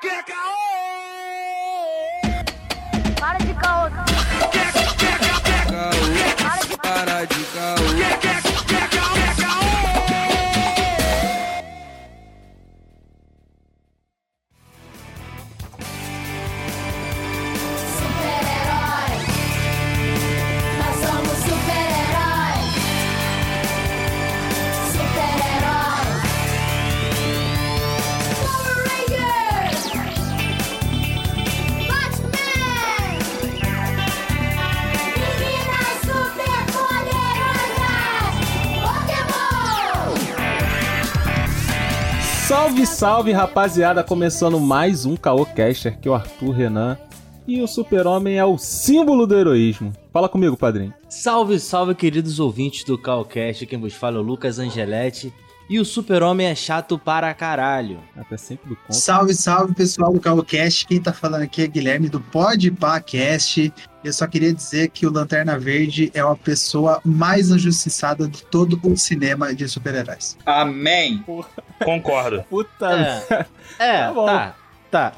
Para de caô. Para de caô. Salve, salve, rapaziada! Começando mais um Caocaster, que é o Arthur Renan. E o Super-Homem é o símbolo do heroísmo. Fala comigo, padrinho. Salve, salve, queridos ouvintes do Caocast. Quem vos fala é o Lucas Angeletti. E o Super-Homem é chato para caralho. Até sempre do conto. Salve, salve, pessoal do Caocast. Quem tá falando aqui é Guilherme do Podpahcast. Eu só queria dizer que o Lanterna Verde é uma pessoa mais injustiçada de todo o cinema de super-heróis. Amém. Concordo. Puta. Tá. Tá.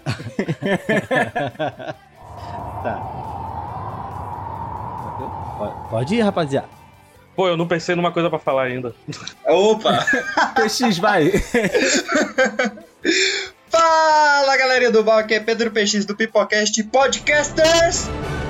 Pode ir, rapaziada. Pô, eu não pensei numa coisa pra falar ainda. Opa! PX, vai. Fala, galerinha do mal, aqui é Pedro PX do Pipocast Podcasters.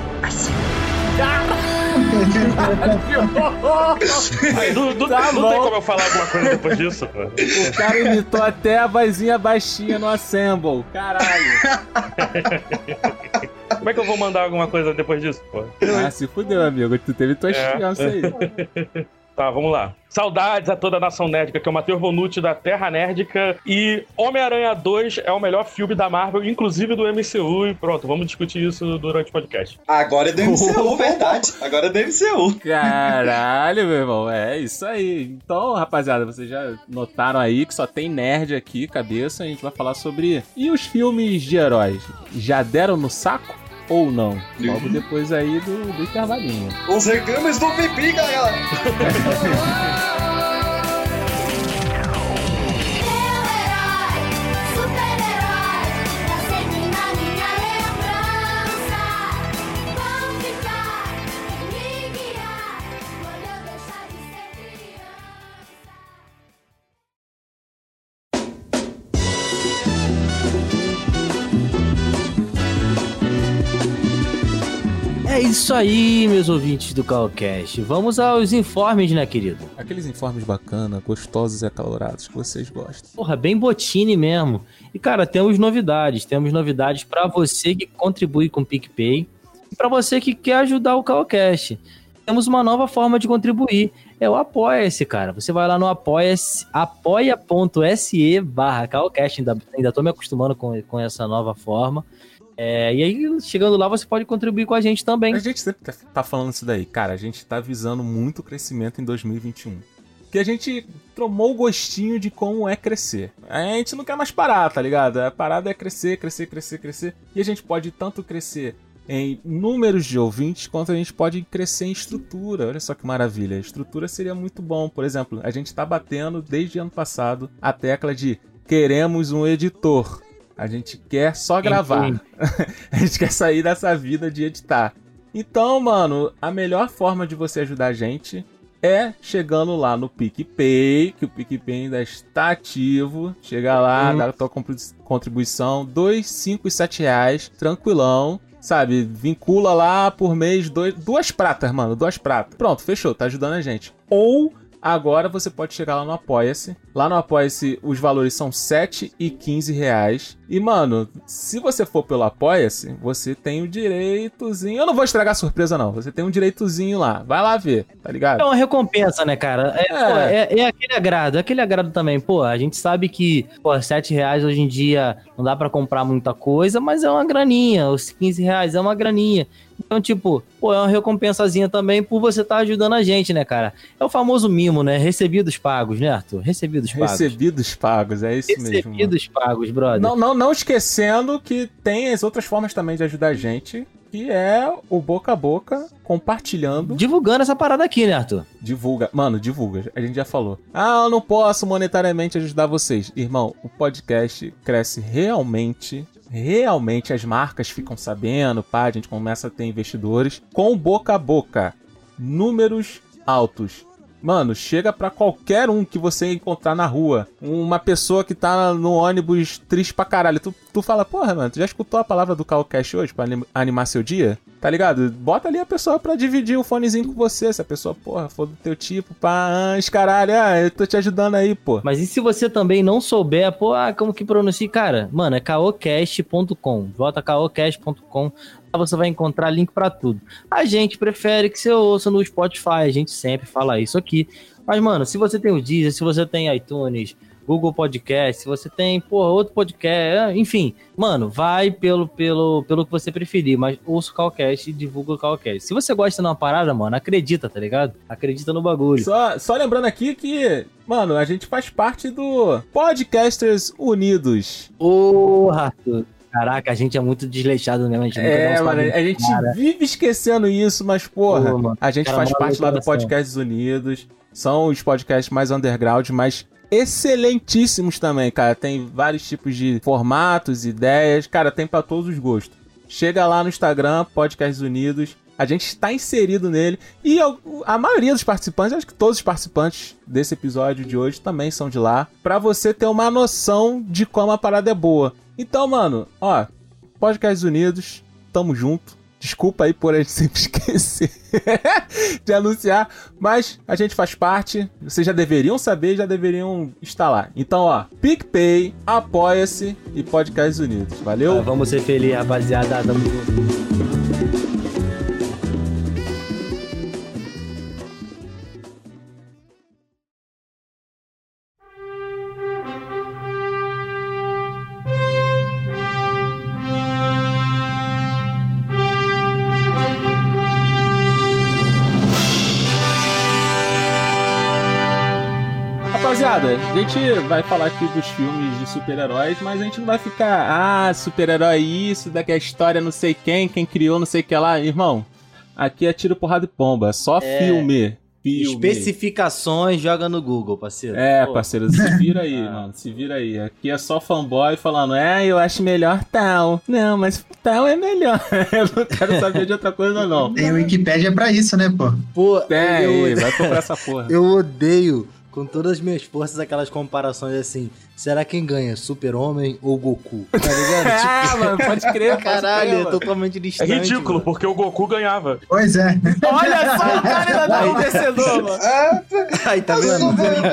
Aí, não tem como eu falar alguma coisa depois disso, pô. O cara imitou até a vozinha baixinha no Assemble. Caralho. Como é que eu vou mandar alguma coisa depois disso, pô? Ah, se fudeu, amigo. Tu teve tua chance aí. Tá, vamos lá. Saudades a toda a nação nerdica, que é o Matheus Bonucci da Terra Nerdica. E Homem-Aranha 2 é o melhor filme da Marvel, inclusive do MCU. E pronto, vamos discutir isso durante o podcast. Agora é do MCU, verdade. Agora é do MCU. Caralho, meu irmão. É isso aí. Então, rapaziada, vocês já notaram aí que só tem nerd aqui, cabeça. A gente vai falar sobre... E os filmes de heróis? Já deram no saco? Ou não? Logo depois aí do intervalinho. Os reclames do Pipi, galera. É isso aí, meus ouvintes do Caocast. Vamos aos informes, né, querido? Aqueles informes bacanas, gostosos e acalorados que vocês gostam. Porra, bem botine mesmo. E, cara, temos novidades. Temos novidades pra você que contribui com o PicPay e pra você que quer ajudar o Caocast. Temos uma nova forma de contribuir. É o Apoia-se, cara. Você vai lá no apoia.se/Caocast. Ainda tô me acostumando com essa nova forma. E aí, chegando lá, você pode contribuir com a gente também. A gente sempre tá falando isso daí. Cara, a gente tá visando muito crescimento em 2021. Porque a gente tomou o gostinho de como é crescer. A gente não quer mais parar, tá ligado? A parada é crescer, crescer, crescer, crescer. E a gente pode tanto crescer em números de ouvintes, quanto a gente pode crescer em estrutura. Olha só que maravilha. A estrutura seria muito bom. Por exemplo, a gente tá batendo, desde ano passado, a tecla de queremos um editor. A gente quer só gravar. A gente quer sair dessa vida de editar. Então, mano, a melhor forma de você ajudar a gente é chegando lá no PicPay, que o PicPay ainda está ativo. Chega lá, dá a tua contribuição, 2, 5 e 7 reais, tranquilão. Sabe, vincula lá por mês 2 pratas, mano, 2 pratas. Pronto, fechou, tá ajudando a gente. Ou... agora você pode chegar lá no Apoia-se. Lá no Apoia-se os valores são 7 e 15 reais. E, mano, se você for pelo Apoia-se, você tem o direitozinho... Eu não vou estragar a surpresa, não. Você tem um direitozinho lá. Vai lá ver, tá ligado? É uma recompensa, né, cara? É aquele agrado também. Pô, a gente sabe que, pô, 7 reais hoje em dia não dá pra comprar muita coisa, mas é uma graninha. Os 15 reais é uma graninha. Então, tipo, pô, é uma recompensazinha também por você estar ajudando a gente, né, cara? É o famoso mimo, né? Recebidos pagos, né, Arthur? Recebidos pagos. Recebidos pagos, é isso mesmo. Recebidos pagos, brother. Não esquecendo que tem as outras formas também de ajudar a gente, que é o boca a boca, compartilhando. Divulgando essa parada aqui, né, Arthur? Divulga. Mano, divulga. A gente já falou. Ah, eu não posso monetariamente ajudar vocês. Irmão, o podcast cresce realmente realmente as marcas ficam sabendo, pá, a gente começa a ter investidores com boca a boca, números altos. Mano, chega pra qualquer um que você encontrar na rua. Uma pessoa que tá no ônibus triste pra caralho. Tu fala, porra, mano, tu já escutou a palavra do CalCast hoje pra animar seu dia? Tá ligado? Bota ali a pessoa pra dividir o fonezinho com você. Se a pessoa, porra, for do teu tipo, pá, caralho, eu tô te ajudando aí, pô. Mas e se você também não souber, pô, como que pronuncia? Cara, mano, é caocast.com. Bota caocast.com. Você vai encontrar link pra tudo. A gente prefere que você ouça no Spotify, a gente sempre fala isso aqui. Mas, mano, se você tem o Deezer, se você tem iTunes, Google Podcast, se você tem, outro podcast, enfim, mano, vai pelo que você preferir, mas ouça o CalCast e divulga o CalCast. Se você gosta de uma parada, mano, acredita, tá ligado? Acredita no bagulho. Só lembrando aqui que, mano, a gente faz parte do Podcasters Unidos. Arthur. Caraca, a gente é muito desleixado mesmo. A gente mano, a gente vive esquecendo isso, mas, porra, mano, a gente faz parte lá do Podcasts Unidos. São os podcasts mais underground, mas excelentíssimos também, cara. Tem vários tipos de formatos, ideias. Cara, tem pra todos os gostos. Chega lá no Instagram, Podcasts Unidos. A gente está inserido nele. E a maioria dos participantes, acho que todos os participantes desse episódio de hoje também são de lá. Pra você ter uma noção de como a parada é boa. Então, mano, Podcasts Unidos, tamo junto. Desculpa aí por a gente sempre esquecer de anunciar, mas a gente faz parte, vocês já deveriam saber, já deveriam estar lá. Então, PicPay, Apoia-se e Podcasts Unidos. Valeu? Vamos ser felizes, rapaziada. Tamo junto. Rapaziada, a gente vai falar aqui dos filmes de super-heróis, mas a gente não vai ficar, super-herói isso, daqui a história não sei quem criou não sei o que lá. Irmão, aqui é tiro, porrada e pomba, só filme. Especificações, joga no Google, parceiro. Parceiro, se vira aí, mano, se vira aí. Aqui é só fanboy falando, eu acho melhor tal. Não, mas tal é melhor. Eu não quero saber de outra coisa, não. Tem o Wikipédia pra isso, né, pô? Vai comprar essa porra. Eu odeio com todas as minhas forças aquelas comparações assim. Será quem ganha, Super-Homem ou Goku? Tá ligado? Mano, pode crer. Caralho, é totalmente distante. É ridículo, mano. Porque o Goku ganhava. Pois é. Olha só, o cara ainda dá um vencedor, mano. Aí, tá vendo?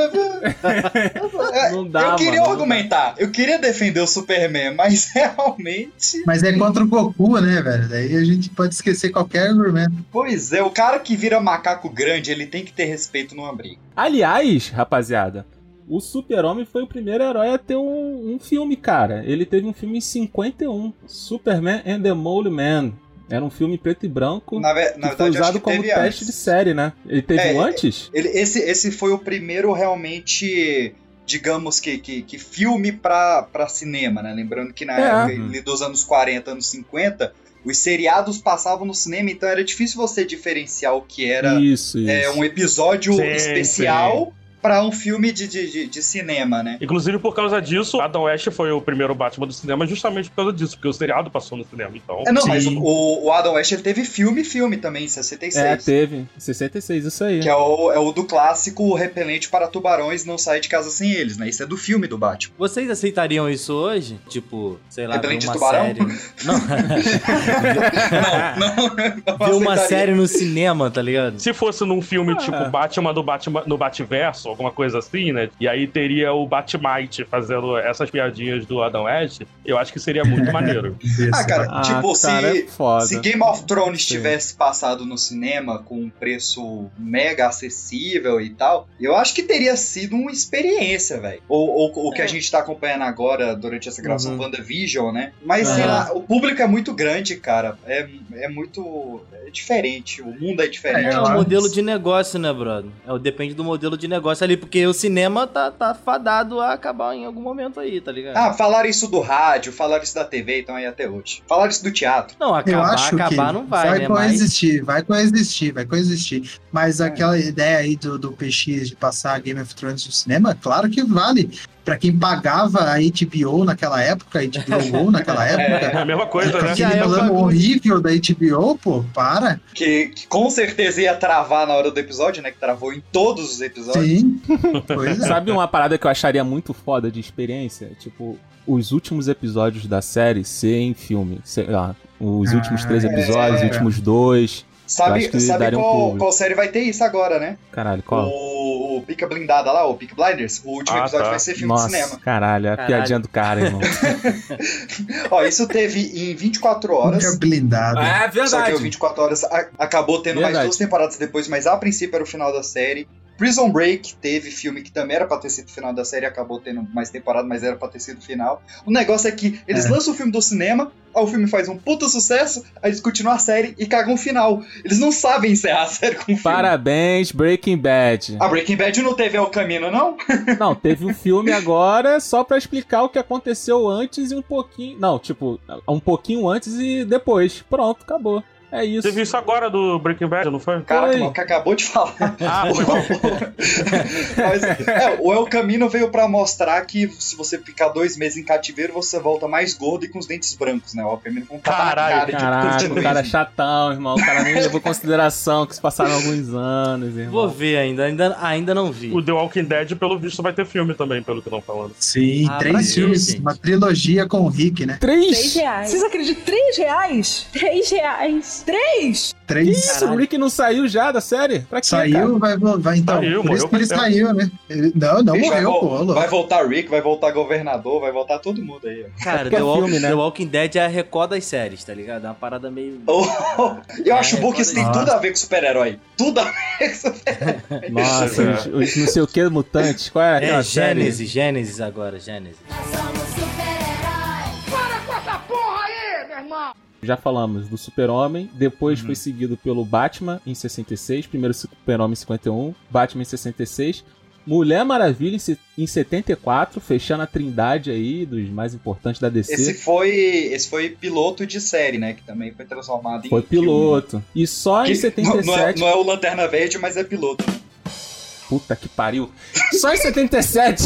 Não dá, eu queria argumentar, eu queria defender o Superman, mas realmente... Mas é contra o Goku, né, velho? Daí a gente pode esquecer qualquer argumento. Pois é, o cara que vira macaco grande, ele tem que ter respeito numa briga. Aliás, rapaziada, o Super-Homem foi o primeiro herói a ter um filme, cara. Ele teve um filme em 51, Superman and the Mole Man. Era um filme preto e branco na que verdade, foi usado como teve teste antes. de série, né? Ele teve antes? Esse foi o primeiro realmente, digamos que filme pra cinema, né? Lembrando que na época dos anos 40, anos 50... Os seriados passavam no cinema, então era difícil você diferenciar o que era um episódio especial pra um filme de cinema, né? Inclusive, por causa disso, Adam West foi o primeiro Batman do cinema justamente por causa disso, porque o seriado passou no cinema, então... Mas o Adam West, ele teve filme também, em 66. Teve, em 66, isso aí. Que é o do clássico Repelente para Tubarões Não Sai de Casa Sem Eles, né? Isso é do filme do Batman. Vocês aceitariam isso hoje? Tipo, sei lá, Repelente ver uma de tubarão? série... Não. Ver uma série no cinema, tá ligado? Se fosse num filme tipo Batman no Bativerso, alguma coisa assim, né? E aí teria o Batmite fazendo essas piadinhas do Adam West, eu acho que seria muito maneiro. Se Game of Thrones tivesse passado no cinema com um preço mega acessível e tal, eu acho que teria sido uma experiência, velho. Ou o que a gente tá acompanhando agora durante essa gravação, WandaVision, né? Mas, sei lá, o público é muito grande, cara. É muito... É diferente. O mundo é diferente. É o modelo de negócio, né, brother? Depende do modelo de negócio ali, porque o cinema tá fadado a acabar em algum momento aí, tá ligado? Falaram isso do rádio, falaram isso da TV, então aí até hoje. Falaram isso do teatro. Não, acabar não vai, né? Vai coexistir. Mas aquela ideia aí do PX de passar Game of Thrones no cinema, claro que vale. pra quem pagava a HBO naquela época, a HBO Go naquela época. É a mesma coisa, né? Aquele melão horrível da HBO, pô, para. Que com certeza ia travar na hora do episódio, né? Que travou em todos os episódios. Sim, pois é. Sabe uma parada que eu acharia muito foda de experiência? Tipo, os últimos episódios da série ser em filme. Sei lá, os últimos 3 episódios, os últimos 2. Sabe qual série vai ter isso agora, né? Caralho, qual? O Pica Blindada lá, o Peaky Blinders. O último episódio vai ser filme de cinema. Caralho, a piadinha do cara, irmão. Ó, isso teve em 24 horas. Pica Blindada. É verdade. Só que o 24 horas acabou tendo mais 2 temporadas depois, mas a princípio era o final da série. Prison Break teve filme que também era pra ter sido o final da série, acabou tendo mais temporada, mas era pra ter sido o final. O negócio é que eles lançam o filme do cinema, aí o filme faz um puta sucesso, aí eles continuam a série e cagam o final. Eles não sabem encerrar a série com o filme. Parabéns, Breaking Bad. A Breaking Bad não teve El Camino, não? Não, teve um filme agora só pra explicar o que aconteceu antes e um pouquinho... Não, tipo, um pouquinho antes e depois. Pronto, acabou. É isso. Teve isso agora do Breaking Bad, não foi? Caraca, o que acabou de falar. Mas, o El Camino veio pra mostrar que se você ficar 2 meses em cativeiro, você volta mais gordo e com os dentes brancos, né? O El Camino com um Caraca, o cara é chatão, irmão. O cara nem levou em consideração que se passaram alguns anos, irmão. Vou ver ainda não vi. O The Walking Dead, pelo visto, vai ter filme também, pelo que estão falando. Sim, 3 filmes, gente. Uma trilogia com o Rick, né? 3 reais. Vocês acreditam? 3 reais? 3 reais. 3? Que isso? O Rick não saiu já da série? Pra quê, saiu, vai então. Saiu, por isso que ele saiu, né? Não morreu, pô. Vai voltar Rick, vai voltar governador, vai voltar todo mundo aí. Cara, The Walking Dead é a Record das séries, tá ligado? É uma parada meio... Eu acho bom que isso tem tudo a ver com super-herói. Tudo a ver com super-herói. Nossa, os não sei o que mutantes. Qual é aquela série? Gênesis agora, Gênesis. Nós somos super-heróis. Para com essa porra aí, meu irmão! Já falamos do Super-Homem, depois foi seguido pelo Batman em 66, primeiro Super-Homem em 51, Batman em 66, Mulher Maravilha em 74, fechando a trindade aí dos mais importantes da DC. Esse foi piloto de série, né, que também foi transformado em Foi piloto. Filme. E só em 77... Não é o Lanterna Verde, mas é piloto. Puta que pariu. Só em 77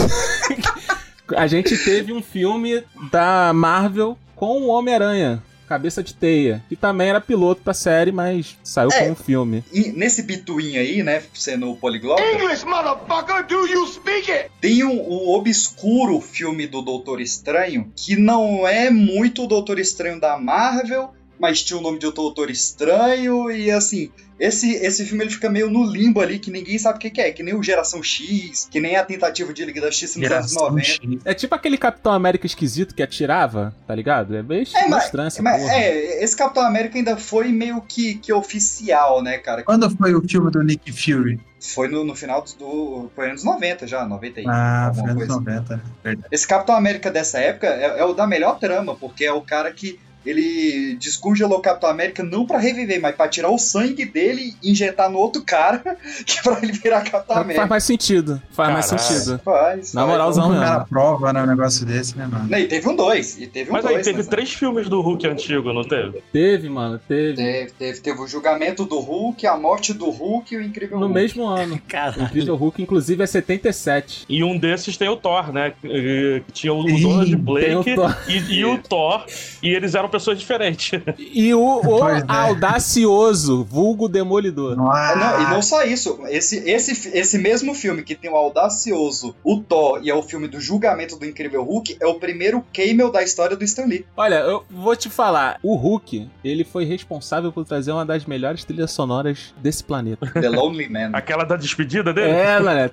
a gente teve um filme da Marvel com o Homem-Aranha. Cabeça de Teia, que também era piloto pra série, mas saiu como um filme. E nesse bituinho aí, né, sendo poliglota... English, motherfucker, do you speak it? Tem um obscuro filme do Doutor Estranho, que não é muito o Doutor Estranho da Marvel, mas tinha o nome de Doutor Estranho, e assim... Esse filme ele fica meio no limbo ali, que ninguém sabe o que é. Que nem o Geração X, que nem a tentativa de Liga da Justiça nos anos 90. X. É tipo aquele Capitão América esquisito que atirava, tá ligado? É bem estranho essa porra. Esse Capitão América ainda foi meio que oficial, né, cara? Quando foi o filme do Nick Fury? Foi no final foi anos 90 já, 90 aí. Foi anos 90, verdade. Esse Capitão América dessa época é o da melhor trama, porque é o cara que ele descongelou o Capitão América não pra reviver, mas pra tirar o sangue dele e injetar no outro cara, que pra ele virar Capitão América. Faz mais sentido. Mais sentido. Faz. Na moralzão mesmo. Cara prova, né, um negócio desse, né, mano? E teve um 2. Mas aí teve 3 filmes do Hulk antigo, não teve? Teve, mano, teve. Teve o julgamento do Hulk, a morte do Hulk e o Incrível Hulk. No mesmo ano. Caralho. O Incrível Hulk, inclusive, é 77. E um desses tem o Thor, né? Tinha o Donald Blake e o Thor, e eles eram pessoas diferentes. E o audacioso, vulgo Demolidor. Não, e não só isso. Esse mesmo filme que tem o audacioso, o Thor e é o filme do julgamento do Incrível Hulk, é o primeiro cameo da história do Stan Lee. Olha, eu vou te falar, o Hulk, ele foi responsável por trazer uma das melhores trilhas sonoras desse planeta. The Lonely Man. Aquela da despedida dele? É, mano.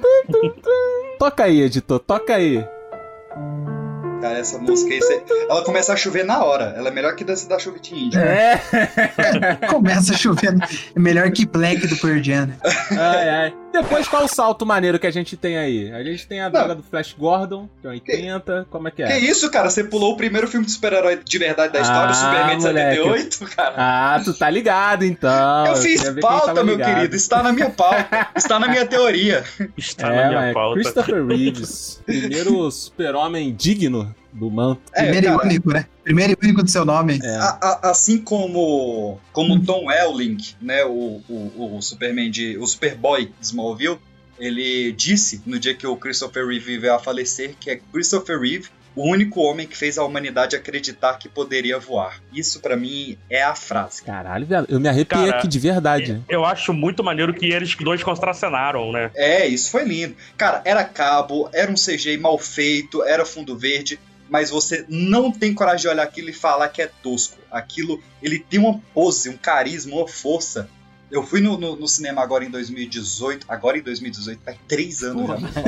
Toca aí, editor, toca aí. Cara, essa música aí, ela começa a chover na hora. Ela é melhor que dança da chuvetinha índia. Começa a chover. É melhor que Black do Pearl Jam. Ai. Depois, qual o salto maneiro que a gente tem aí? A gente tem a droga do Flash Gordon, que é 80. Como é que é? Que isso, cara? Você pulou o primeiro filme de super-herói de verdade da história, o Superman de 78, cara. Ah, tu tá ligado, então. Eu fiz pauta, meu querido. Está na minha pauta. Está na minha teoria. Está na minha pauta. Christopher Reeves. Primeiro super-homem digno do manto. Primeiro e único, né? Primeiro e único do seu nome. Assim como Tom Welling, né? O Superman o Superboy de Smallville, ele disse, no dia que o Christopher Reeve veio a falecer, que é Christopher Reeve o único homem que fez a humanidade acreditar que poderia voar. Isso pra mim é a frase. Caralho, velho, eu me arrepiei aqui de verdade. Eu acho muito maneiro que eles dois contracenaram, né? Isso foi lindo. Cara, era cabo, era um CGI mal feito, era fundo verde, mas você não tem coragem de olhar aquilo e falar que é tosco. Aquilo, ele tem uma pose, um carisma, uma força. Eu fui no cinema agora em 2018, faz 3 anos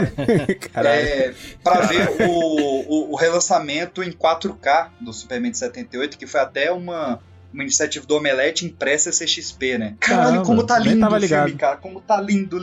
já. Pra ver o relançamento em 4K do Superman de 78, que foi até uma iniciativa do Omelete impressa CXP, né? Caralho, como tá lindo o filme, cara. Como tá lindo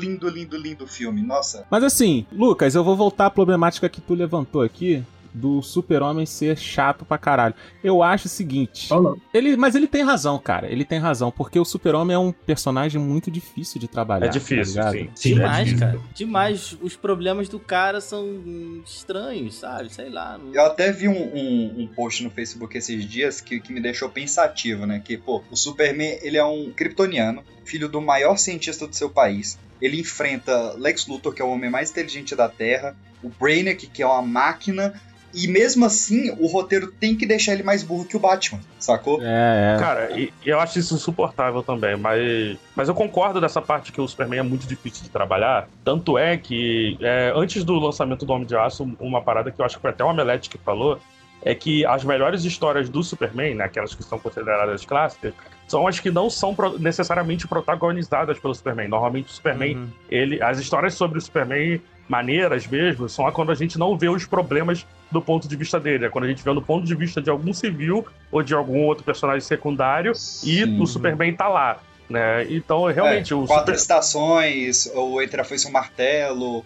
o filme, nossa. Mas assim, Lucas, eu vou voltar à problemática que tu levantou aqui, do Super-Homem ser chato pra caralho. Eu acho o seguinte, mas ele tem razão, cara. Ele tem razão, porque o Super-Homem é um personagem muito difícil de trabalhar. É difícil, tá sim. Demais, cara. Demais. Os problemas do cara são estranhos, sabe? Sei lá. Eu até vi um post no Facebook esses dias que me deixou pensativo, né? Que, pô, o Superman, ele é um kryptoniano, filho do maior cientista do seu país. Ele enfrenta Lex Luthor, que é o homem mais inteligente da Terra, o Brainiac, que é uma máquina. E mesmo assim, o roteiro tem que deixar ele mais burro que o Batman, sacou? Cara, eu acho isso insuportável também, mas eu concordo dessa parte que o Superman é muito difícil de trabalhar. Tanto é que, antes do lançamento do Homem de Aço, uma parada que eu acho que foi até o Omelete que falou, é que as melhores histórias do Superman, né, aquelas que são consideradas clássicas, são as que não são necessariamente protagonizadas pelo Superman. Normalmente o Superman, as histórias sobre o Superman maneiras mesmo, são quando a gente não vê os problemas do ponto de vista dele. É quando a gente vê do ponto de vista de algum civil ou de algum outro personagem secundário. Sim. E o Superman tá lá, né? Então, realmente... Quatro estações, ou Entre a Foice e o Martelo...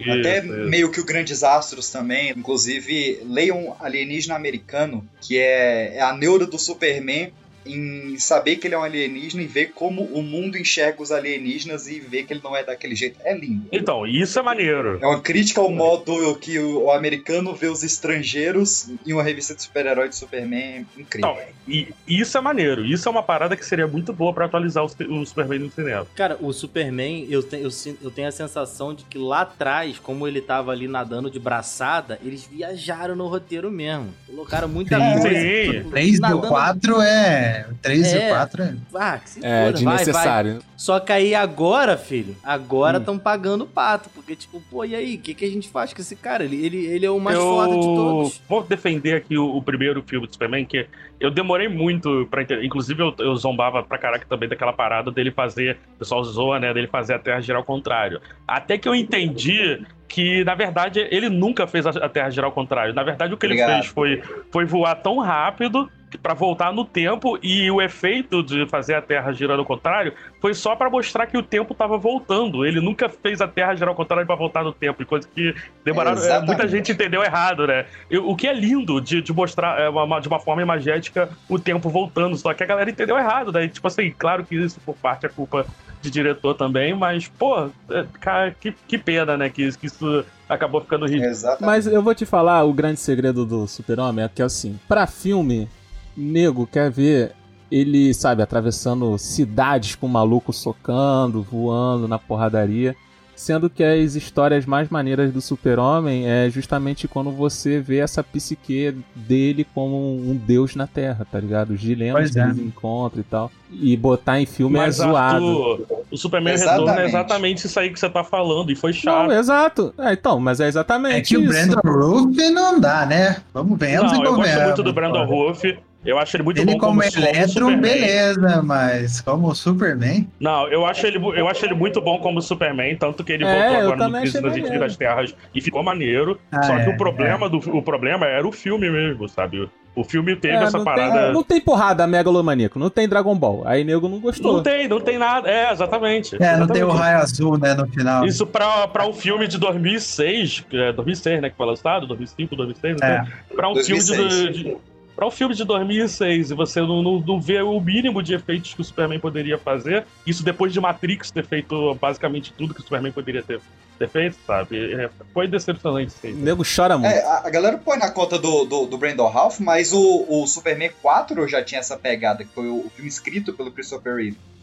Meio que o Grandes Astros também. Inclusive, leiam Alienígena Americano, que é a neura do Superman em saber que ele é um alienígena e ver como o mundo enxerga os alienígenas e ver que ele não é daquele jeito. É lindo. Então, isso é maneiro. É uma crítica ao modo que o americano vê os estrangeiros em uma revista de super-herói de Superman. Incrível. Então, e isso é maneiro. Isso é uma parada que seria muito boa pra atualizar o Superman no cinema. Cara, o Superman, eu tenho a sensação de que lá atrás, como ele tava ali nadando de braçada, eles viajaram no roteiro mesmo. Colocaram muita coisa. Sim. 3 do 4 é... 3 e 4 é... Ah, que se foda, desnecessário. Vai. Só que aí agora, filho, estão pagando o pato. Porque, tipo, pô, e aí? O que a gente faz com esse cara? Ele é o mais foda de todos. Vou defender aqui o primeiro filme do Superman, que eu demorei muito pra entender. Inclusive, eu zombava pra caraca também daquela parada dele fazer... O pessoal zoa, né? Dele fazer a Terra girar ao contrário. Até que eu entendi que, na verdade, ele nunca fez a Terra girar ao contrário. Na verdade, o que ele fez foi voar tão rápido pra voltar no tempo, e o efeito de fazer a Terra girar ao contrário foi só pra mostrar que o tempo tava voltando. Ele nunca fez a Terra girar ao contrário pra voltar no tempo, e coisa que demoraram... muita gente entendeu errado, né? O que é lindo de mostrar de uma forma imagética o tempo voltando, só que a galera entendeu errado, né? Tipo assim, claro que isso por parte é culpa de diretor também, mas, pô, cara, que pena, né? Que isso acabou ficando ridículo. Exatamente. Mas eu vou te falar, o grande segredo do Super-Homem é que, assim, pra filme, nego quer ver ele, sabe, atravessando cidades com o maluco socando, voando na porradaria. Sendo que as histórias mais maneiras do Super-Homem é justamente quando você vê essa psique dele como um deus na Terra, tá ligado? Os dilemas que eles encontram e tal. E botar em filme é zoado. O Superman Retorno é exatamente isso aí que você tá falando, e foi chato. Não, exato. Então, mas é exatamente isso. É que o Brandon Routh não dá, né? Vamos ver. Eu gosto muito do Brandon Routh. Eu acho ele muito bom como Electron, beleza, mas como Superman... Não, eu acho ele muito bom como Superman, tanto que ele voltou agora no Crise das Infinitas Terras e ficou maneiro. Só que o problema era o filme mesmo, sabe? O filme teve essa parada... Não tem porrada megalomaníaco, não tem Dragon Ball. Aí nego não gostou. Não tem nada. Exatamente. Não tem o raio azul, né, no final. Isso pra um filme de 2006, 2006, né, que foi lançado, 2005, 2006, né? Pra um 2006. Para um filme de 2006 e você não vê o mínimo de efeitos que o Superman poderia fazer, isso depois de Matrix ter feito basicamente tudo que o Superman poderia ter feito, sabe? Foi decepcionante. O nego chora muito. A galera põe na conta do Brandon Routh, mas o Superman 4 já tinha essa pegada, que foi o filme escrito pelo Christopher Reeve.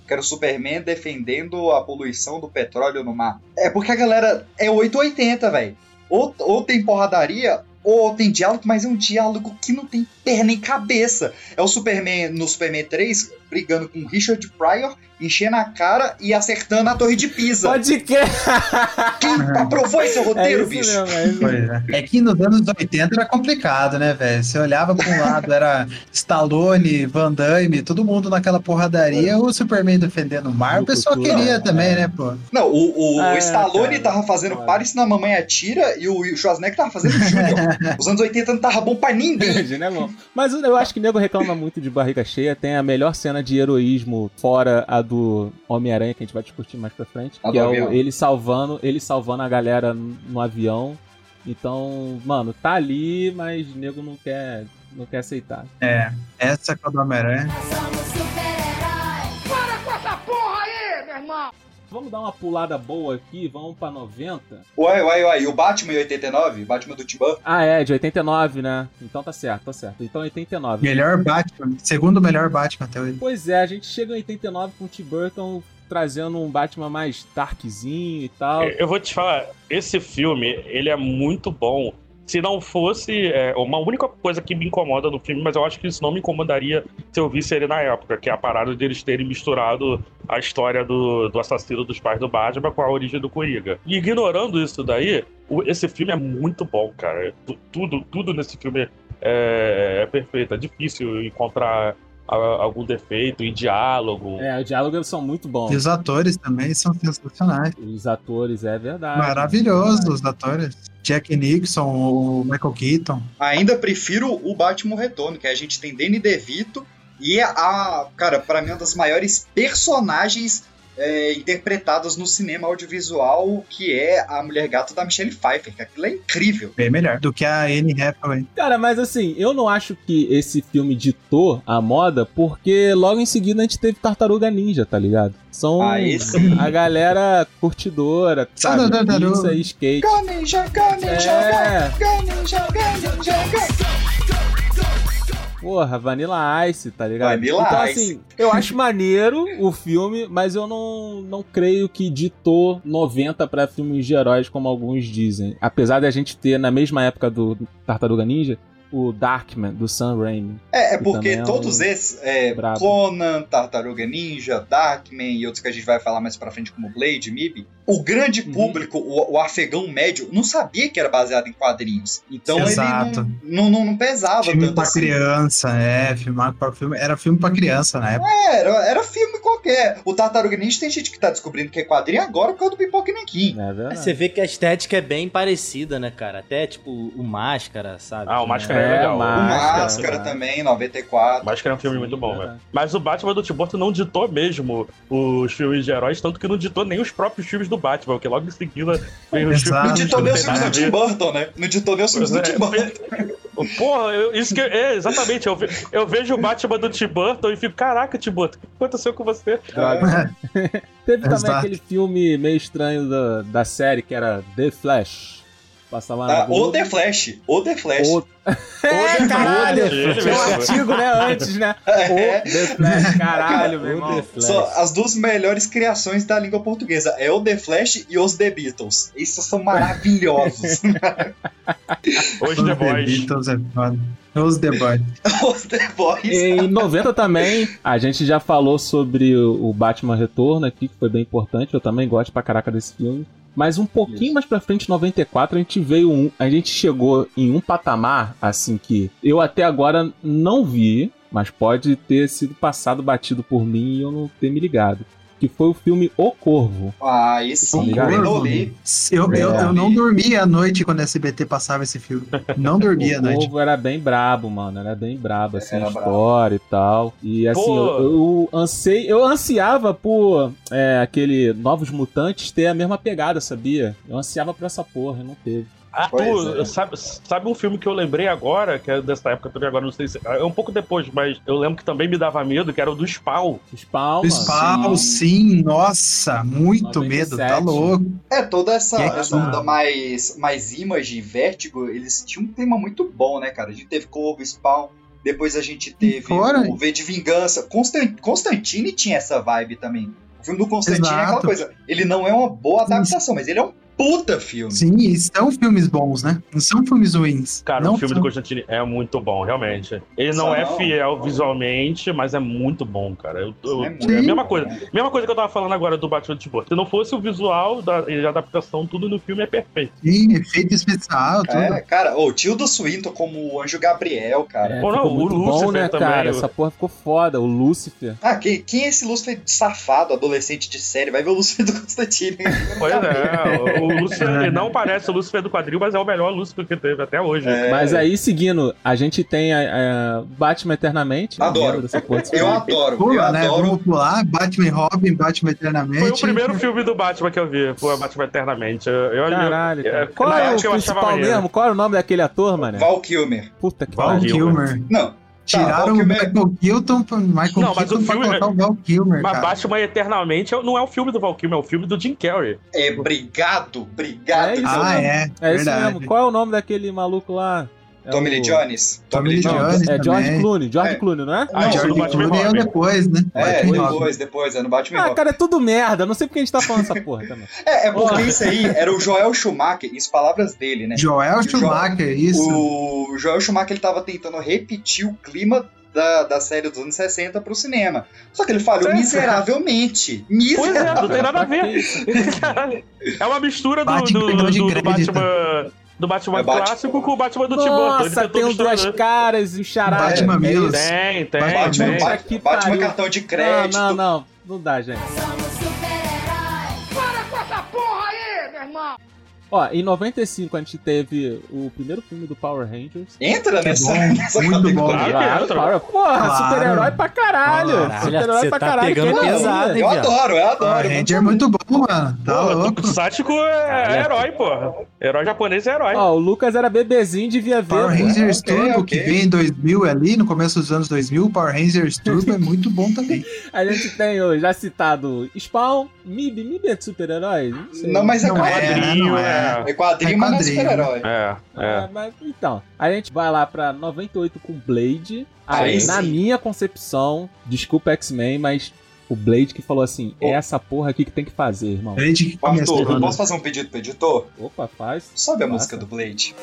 que era o Superman defendendo a poluição do petróleo no mar. É porque a galera é 880, velho. Ou tem porradaria, ou tem diálogo, mas é um diálogo que não tem perna nem cabeça. É o Superman, no Superman 3, brigando com o Richard Pryor, enchendo a cara e acertando a Torre de Pisa. Pode crer! Quem aprovou esse roteiro, bicho? É que nos anos 80 era complicado, né, velho? Você olhava pra um lado, era Stallone, Van Damme, todo mundo naquela porradaria, o Superman defendendo o mar, o pessoal queria também, né, pô? Não, o Stallone tava fazendo Paris na Mamãe Atira e o Schwarzenegger tava fazendo Júnior. Os anos 80 não tava bom pra ninguém. Né, mas eu acho que o nego reclama muito de Barriga Cheia. Tem a melhor cena de heroísmo fora a do Homem-Aranha, que a gente vai discutir mais pra frente, que é ele salvando a galera no avião. Então, mano, tá ali, mas o nego não quer aceitar. Essa é a do Homem-Aranha. Para com essa porra aí, meu irmão! Vamos dar uma pulada boa aqui, vamos pra 90. Uai, e o Batman em 89? Batman do Tim Burton? De 89, né? Então tá certo. Então 89. Melhor Batman, segundo melhor Batman até hoje. Pois é, a gente chega em 89 com o Tim Burton trazendo um Batman mais darkzinho e tal. Eu vou te falar, esse filme, ele é muito bom. Se não fosse uma única coisa que me incomoda no filme, mas eu acho que isso não me incomodaria se eu visse ele na época, que é a parada deles terem misturado a história do assassino dos pais do Batman com a origem do Coringa. E ignorando isso daí, esse filme é muito bom, cara. Tudo nesse filme é perfeito. É difícil encontrar algum defeito em diálogo. Os diálogos são muito bons. E os atores também são sensacionais. Os atores, é verdade. Maravilhosos os atores. Jack Nixon, o Michael Keaton. Ainda prefiro o Batman Retorno, que a gente tem Danny DeVito e cara, pra mim uma das maiores personagens interpretadas no cinema audiovisual, que é a Mulher Gato da Michelle Pfeiffer, que aquilo é incrível. Bem melhor do que a Anne Hathaway. Cara, mas assim, eu não acho que esse filme ditou a moda, porque logo em seguida a gente teve Tartaruga Ninja, tá ligado? São a galera curtidora, sabe? Pizza e skate. Ninja. Porra, Vanilla Ice, tá ligado? Vanilla então, Ice. assim, eu acho maneiro o filme, mas eu não creio que ditou 90 pra filmes de heróis, como alguns dizem. Apesar de a gente ter, na mesma época do Tartaruga Ninja, o Darkman, do Sam Raimi. Porque todos esses, Conan, Tartaruga Ninja, Darkman e outros que a gente vai falar mais pra frente, como Blade, MIB, o grande público, o afegão médio, não sabia que era baseado em quadrinhos. Então ele não pesava filme tanto pra assim. Criança, era filme pra criança na época. Era filme qualquer. O Tartaruga Ninja tem gente que tá descobrindo que é quadrinho agora por causa do Pipoca e Nanquim. Você vê que a estética é bem parecida, né, cara? Até, tipo, o Máscara, sabe? O Máscara é legal. O Máscara também, 94. Máscara é um filme muito bom, velho. Mas o Batman do Tim Burton não ditou mesmo os filmes de heróis, tanto que não ditou nem os próprios filmes do Batman, porque logo em seguida veio os filmes. Não ditou nem os filmes do Tim Burton, né? Não ditou nem os filmes do Tim Burton. Porra, exatamente. Eu vejo o Batman do Tim Burton e fico, caraca, Tim Burton, o que aconteceu com você? Teve também aquele filme meio estranho da série, que era The Flash. Passava The Flash. Caralho! Tinha um artigo, né, antes, né? The Flash, caralho, meu irmão. São as duas melhores criações da língua portuguesa. É o The Flash e os The Beatles. Esses são maravilhosos. Os The Boys. Beatles é foda. Os The Boys. Os The Boys. Em 90 também, a gente já falou sobre o Batman Retorno aqui, que foi bem importante. Eu também gosto pra caraca desse filme. Mas um pouquinho mais pra frente, em 94, a gente chegou em um patamar, assim, que eu até agora não vi, mas pode ter sido passado batido por mim e eu não ter me ligado. Que foi o filme O Corvo. Esse sim, eu não dormia à noite quando a SBT passava esse filme. Não dormia à noite. O Corvo era bem brabo, mano. Era bem brabo, assim, a história e tal. E assim, eu ansiava por aquele Novos Mutantes ter a mesma pegada, sabia? Eu ansiava por essa porra, e não teve. Sabe um filme que eu lembrei agora, que é dessa época também, agora não sei se é um pouco depois, mas eu lembro que também me dava medo, que era o do Spawn. Spawn, sim, nossa, muito 97. Medo, tá louco. Toda essa onda mais Image e Vértigo, eles tinham um tema muito bom, né, cara? A gente teve Corvo, Spawn, Depois a gente teve o V de Vingança. Constantine tinha essa vibe também. O filme do Constantine é aquela coisa. Ele não é uma boa adaptação, mas ele é um puta filme. Sim, são filmes bons, né? Não são filmes ruins. Cara, o filme do Constantine é muito bom, realmente. Ele não é fiel visualmente, mas é muito bom, cara. É a mesma coisa que eu tava falando agora do Batman de Burton. Se não fosse o visual e a adaptação, tudo no filme é perfeito. Sim, efeito especial, tudo. Cara, o Tilda Swinton como o Anjo Gabriel, cara. Ficou muito bom, né, também, cara? Essa porra ficou foda, o Lúcifer. Quem é esse Lúcifer safado, adolescente de série? Vai ver o Lúcifer do Constantine. Pois é, o Lúcifer, ele não parece o Lúcifer do quadril, mas é o melhor Lúcifer que teve até hoje. Mas aí, seguindo, a gente tem a Batman Eternamente. Adoro. Eu adoro. Vamos pular, Batman e Robin, Batman Eternamente. Foi o primeiro filme do Batman que eu vi, foi Batman Eternamente. Caralho, cara. Qual é o principal mesmo? Qual é o nome daquele ator, mano? Val Kilmer. Puta que Val Kilmer. Não. Tiraram o Michael Keaton pra colocar o Val Kilmer, mas cara. Batman Eternamente não é o filme do Val Kilmer, é o filme do Jim Carrey. Obrigado. É isso mesmo. Qual é o nome daquele maluco lá? Tommy Lee Jones. George Clooney, não é? George Clooney é depois, né? Depois, é no Batman. Cara, é tudo merda. Não sei porque a gente tá falando essa porra também. Porque isso aí era o Joel Schumacher, isso palavras dele, né? Joel Schumacher, isso. O Joel Schumacher, ele tava tentando repetir o clima da série dos anos 60 pro cinema. Só que ele falhou miseravelmente. Pois é, não tem nada a ver. É uma mistura do Batman... Do Batman clássico com o Batman do Tim Burton. Nossa, tem duas caras e um charada. Batman Mills. Tem. Batman cartão de crédito. Não dá, gente. Para com essa porra aí, meu irmão! Ó, em 95 a gente teve o primeiro filme do Power Rangers. Entra nessa muito bom. Claro. Porra, super-herói pra caralho. Super-herói pra caralho. Tá pegando pesado, hein, Eu adoro. Power Ranger é muito bom, mano. Tá louco. O Sático é herói, porra. Herói japonês é herói. Ó, o Lucas era bebezinho, devia ver. Power Rangers Turbo, que veio em 2000 ali, no começo dos anos 2000, Power Rangers Turbo é muito bom também. A gente tem o já citado Spawn, MIB é de super-herói? Não, mas é quadrinho, É quadrinho, mas não é super-herói. Mas, então, a gente vai lá pra 98 com Blade. Aí, na minha concepção, desculpa X-Men, mas o Blade que falou assim, é essa porra aqui que tem que fazer, irmão. Blade que começou. Arthur, posso fazer um pedido pro editor? Opa, faz. Sobe a música do Blade.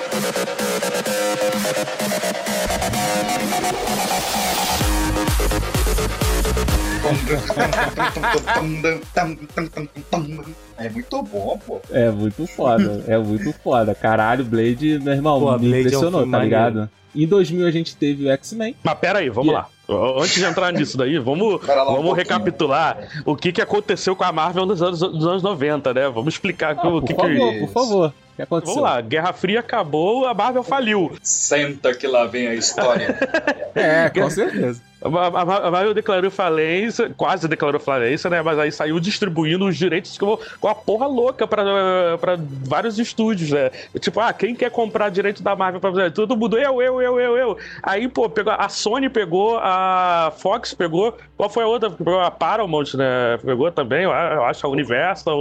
É muito bom, pô. É muito foda. Caralho, Blade, meu irmão, Pô, me Blade impressionou, é um tá filme ligado? Em 2000 a gente teve o X-Men. Mas pera aí, vamos lá. Antes de entrar nisso daí, vamos recapitular o que aconteceu com a Marvel nos anos 90, né? Vamos explicar o que Por favor. O que aconteceu? Vamos lá, Guerra Fria acabou, a Marvel faliu. Senta que lá vem a história. Com certeza. A Marvel declarou falência, quase declarou falência, né? Mas aí saiu distribuindo os direitos com a porra louca pra vários estúdios, né? Tipo, quem quer comprar direito da Marvel pra fazer? Todo mundo, eu. Aí, pô, a Sony pegou, a Fox pegou, qual foi a outra? Pegou a Paramount, né? Pegou também, eu acho, a Universal.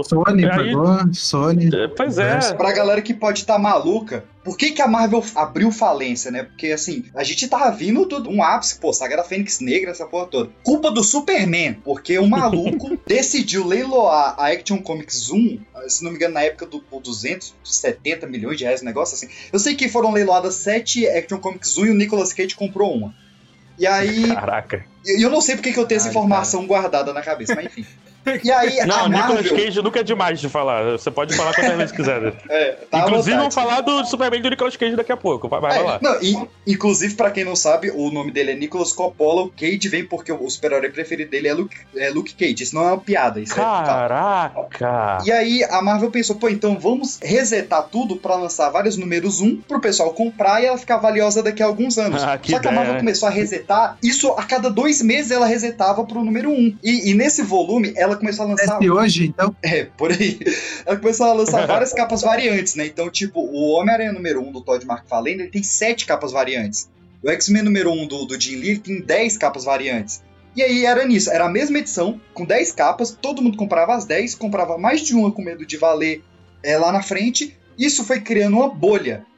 Sony. Pois é. Pra galera que pode estar maluca, por que a Marvel abriu falência, né? Porque, assim, a gente tava vindo de um ápice, pô, Saga da Fênix Negra, essa porra toda. Culpa do Superman, porque o maluco decidiu leiloar a Action Comics 1, se não me engano, na época por 270 milhões de reais, um negócio assim. Eu sei que foram leiloadas 7 Action Comics 1 e o Nicolas Cage comprou uma. E aí... Caraca. Eu não sei porque que eu tenho essa informação guardada na cabeça, mas enfim. E aí, não, Nicolas Cage nunca é demais de falar. Você pode falar quantas vezes quiser. Né? Inclusive, vamos falar do Superman do Nicolas Cage daqui a pouco. Vai lá. Não, inclusive, pra quem não sabe, o nome dele é Nicolas Coppola. O Cage vem porque o super-herói preferido dele é Luke Cage. Isso não é uma piada. Isso Caraca! E aí, a Marvel pensou, pô, então vamos resetar tudo pra lançar vários números 1 pro pessoal comprar e ela ficar valiosa daqui a alguns anos. Só que a Marvel começou a resetar. Isso, a cada 2 meses, ela resetava pro número 1. E nesse volume, ela começou a lançar... hoje, então? Por aí. Ela começou a lançar várias capas variantes, né? Então, tipo, o Homem-Aranha número 1 do Todd McFarlane, ele tem 7 capas variantes. O X-Men número 1 do Jim Lee, ele tem 10 capas variantes. E aí era nisso, era a mesma edição, com 10 capas, todo mundo comprava as 10, comprava mais de uma com medo de valer lá na frente. Isso foi criando uma bolha.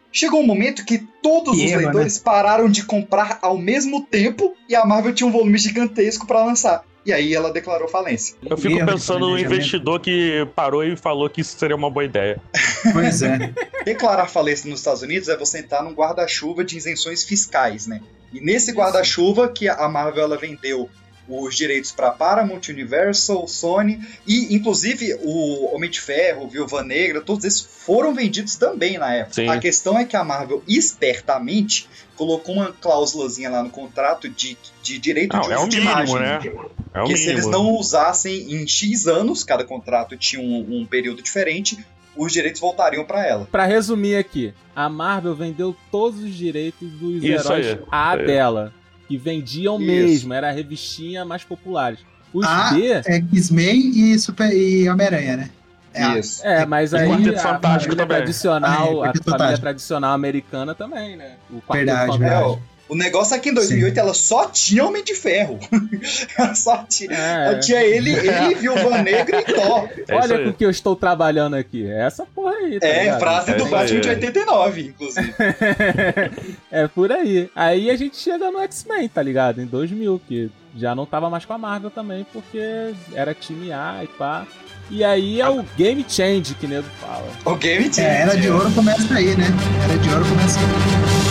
Chegou um momento que todos os leitores pararam de comprar ao mesmo tempo e a Marvel tinha um volume gigantesco pra lançar. E aí ela declarou falência. Eu fico pensando no investidor que parou e falou que isso seria uma boa ideia. Pois é. Declarar falência nos Estados Unidos é você entrar num guarda-chuva de isenções fiscais, né? E nesse guarda-chuva que a Marvel ela vendeu os direitos para Paramount, Universal, Sony e, inclusive, o Homem de Ferro, Viúva Negra, todos esses foram vendidos também na época. Sim. A questão é que a Marvel, espertamente, colocou uma cláusulazinha lá no contrato de direito de uso de imagem. Né? É o que mínimo. se eles não usassem em X anos, cada contrato tinha um período diferente, os direitos voltariam para ela. Pra resumir aqui, a Marvel vendeu todos os direitos dos Isso heróis aí, A isso aí. dela. Que vendiam Isso. mesmo, era a revistinha mais populares. Os A B... é X-Men e Homem-Aranha, né? Isso. mas aí Quarteto a Fantástico família também. tradicional, a Quarteto família Fantástico. tradicional americana também, né? O Quarteto Verdade, Fantástico. verdade. O negócio é que em 2008 ela só tinha Homem de Ferro. Ela só tinha, ela tinha ele Viúva Negra e Thor. Olha aí. com o que eu estou trabalhando aqui. É essa porra aí, tá ligado? Frase do isso Batman aí. de 89, inclusive. É por aí. Aí a gente chega no X-Men, tá ligado? Em 2000, que já não tava mais com a Marvel também, porque era time A e pá. E aí é o Game Change que o nego fala. O Game Change. Era de Ouro começa aí, né? Era de Ouro começa aí.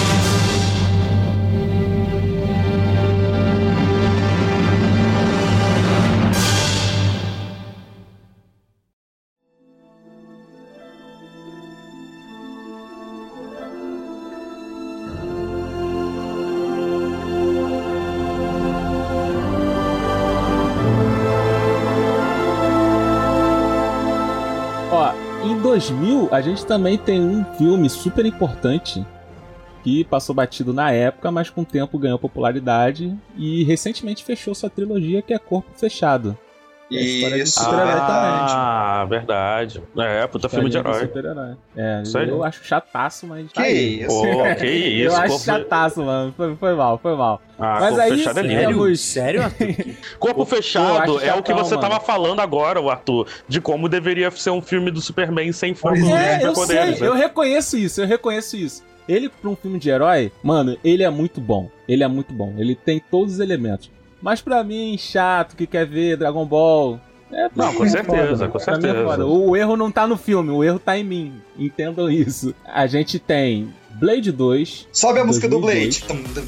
Ó, em 2000, a gente também tem um filme super importante que passou batido na época, mas com o tempo ganhou popularidade e recentemente fechou sua trilogia, que é Corpo Fechado. É a história de Isso, super-herói Ah, verdade. É, puta filme de História herói. super-herói. É, Isso aí. eu acho chataço, mas... Que isso? Pô, que isso. Eu acho Corpo- chataço, mano. Foi mal. Ah, Mas Corpo aí, Fechado é lindo. temos... Sério, Arthur? Corpo eu Fechado acho é o que chatão, você mano. tava falando agora, o Arthur, de como deveria ser um filme do Superman sem foco Pois nos é, eu sei, superpoderes. eu reconheço isso. Ele, pra um filme de herói, mano, ele é muito bom. Ele tem todos os elementos. Mas pra mim, chato, que quer ver Dragon Ball... Não, com certeza, com Pra mim é certeza. foda. O erro não tá no filme, o erro tá em mim. Entendam isso. A gente tem Blade 2. Sobe a música do 2002.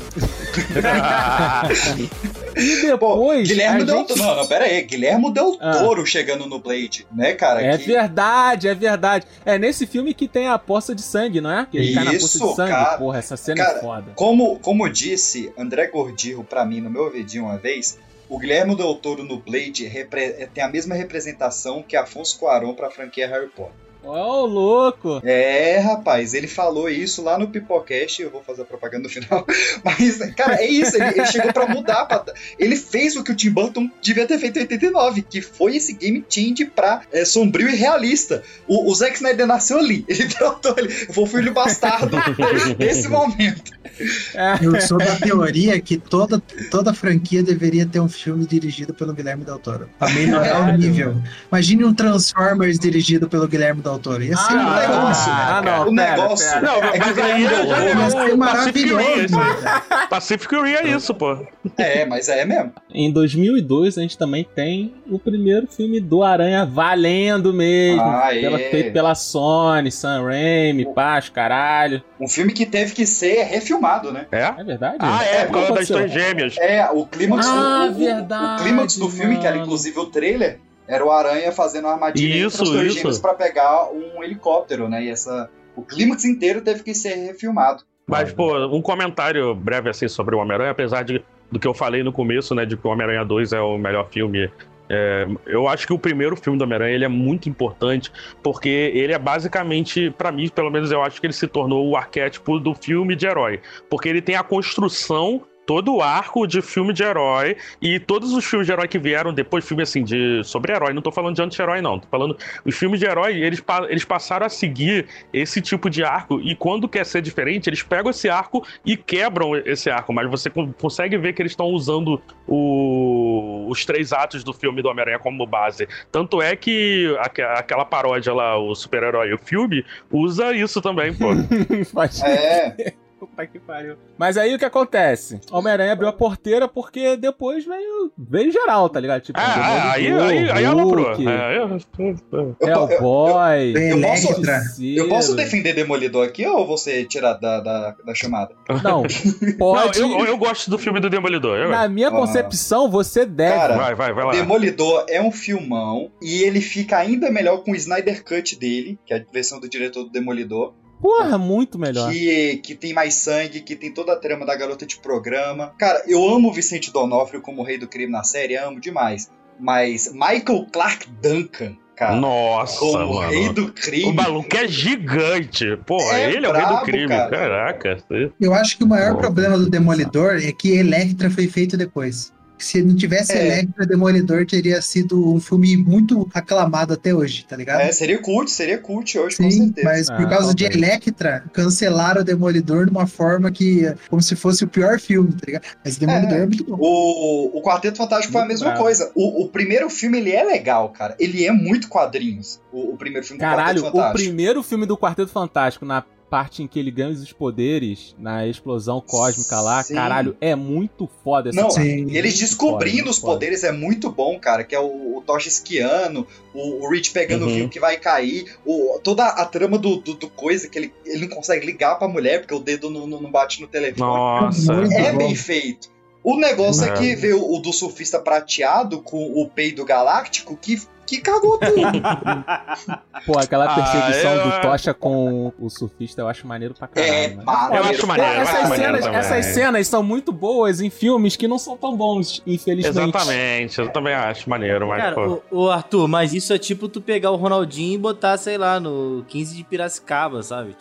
Blade. E Pô, depois. Guilherme a Del gente... Toro. Não, pera aí. Guilherme Del Ah. Toro chegando no Blade, né, cara? É Que- verdade. É nesse filme que tem a poça de sangue, não é? Que ele cai na poça Isso, de sangue. cara. Porra, essa cena Cara, é foda. Como disse André Gordirro pra mim no meu ouvidinho uma vez, o Guilherme Del Toro no Blade tem a mesma representação que Afonso Cuarón pra franquia Harry Potter. Ó, louco. É, rapaz, ele falou isso lá no Pipocast, eu vou fazer a propaganda no final, mas, cara, é isso, ele chegou pra mudar, ele fez o que o Tim Burton devia ter feito em 89, que foi esse game change pra sombrio e realista. O Zack Snyder nasceu ali, ele derrotou ele, foi o filho bastardo nesse momento. Eu sou da teoria que toda franquia deveria ter um filme dirigido pelo Guilherme Del Toro. Pra melhorar o nível. Imagine um Transformers dirigido pelo Guilherme Del Toro. Ia ser um negócio. não, O negócio Não, é que mas o aí Guilherme Del já Toro... é Ia ser o maravilhoso. Pacific Rim é isso, pô. Mas é mesmo. Em 2002, a gente também tem o primeiro filme do Aranha valendo mesmo. Feito pela Sony, Sam Raimi, Paz, caralho. Um filme que teve que ser refilmado, né? É? É verdade? Ah, é, por causa das aconteceu? Torres Gêmeas. O clímax verdade, o clímax do filme, que era mano. inclusive o trailer, era o Aranha fazendo uma armadilha Isso, entre as Torres isso. Gêmeas pra pegar um helicóptero, né? E o clímax inteiro teve que ser refilmado. Mas, pô, um comentário breve assim sobre o Homem-Aranha, apesar do que eu falei no começo, né, de que o Homem-Aranha 2 é o melhor filme. Eu acho que o primeiro filme do Homem-Aranha ele é muito importante, porque ele é basicamente, pra mim, pelo menos eu acho que ele se tornou o arquétipo do filme de herói. Porque ele tem a construção todo o arco de filme de herói e todos os filmes de herói que vieram depois, filme assim, sobre herói, não tô falando de anti-herói não, tô falando, os filmes de herói, eles passaram a seguir esse tipo de arco e quando quer ser diferente, eles pegam esse arco e quebram esse arco, mas você consegue ver que eles estão usando os 3 atos do filme do Homem-Aranha como base. Tanto é que aquela paródia lá, o super-herói e o filme, usa isso também, pô. Puta que pariu. Mas aí o que acontece? Homem-Aranha abriu a porteira porque depois veio geral, tá ligado? Tipo, aí aloprou. Hellboy. Eu posso defender Demolidor aqui ou você tirar da chamada? Não, pode. Não, eu gosto do filme do Demolidor. Na minha concepção, você deve. Cara, vai lá. Demolidor é um filmão e ele fica ainda melhor com o Snyder Cut dele, que é a versão do diretor do Demolidor. Porra, muito melhor. Que tem mais sangue, que tem toda a trama da garota de programa. Cara, eu amo o Vicente D'Onofrio como rei do crime na série, amo demais. Mas Michael Clarke Duncan, cara, nossa, como mano, rei do crime. O maluco é gigante. Porra, ele é o rei do crime. Cara. Caraca. Eu acho que o maior problema do Demolidor é que Elektra foi feito depois. Se não tivesse Elektra, Demolidor teria sido um filme muito aclamado até hoje, tá ligado? Seria cult hoje, sim, com certeza. Mas por causa de Elektra, cancelaram o Demolidor de uma forma que, como se fosse o pior filme, tá ligado? Mas Demolidor é muito bom. O Quarteto Fantástico foi a mesma coisa. O primeiro filme, ele é legal, cara. Ele é muito quadrinhos. O primeiro filme do Quarteto Fantástico. O primeiro filme do Quarteto Fantástico, na parte em que ele ganha os poderes na explosão cósmica lá, sim. Caralho, é muito foda essa parte. E eles descobrindo os poderes é muito bom, cara, que é o Tocha esquiando, o Reed pegando o fio que vai cair, toda a trama do coisa, que ele não consegue ligar pra mulher, porque o dedo não bate no telefone. Nossa. É bem feito. O negócio é que vê o do surfista prateado com o peido galáctico que cagou tudo. Pô, aquela perseguição do Tocha com o surfista eu acho maneiro pra caralho. Eu acho maneiro. Essas cenas são muito boas em filmes que não são tão bons, infelizmente. Exatamente, eu também acho maneiro. Mas, cara, o Arthur, mas isso é tipo tu pegar o Ronaldinho e botar, sei lá, no 15 de Piracicaba, sabe?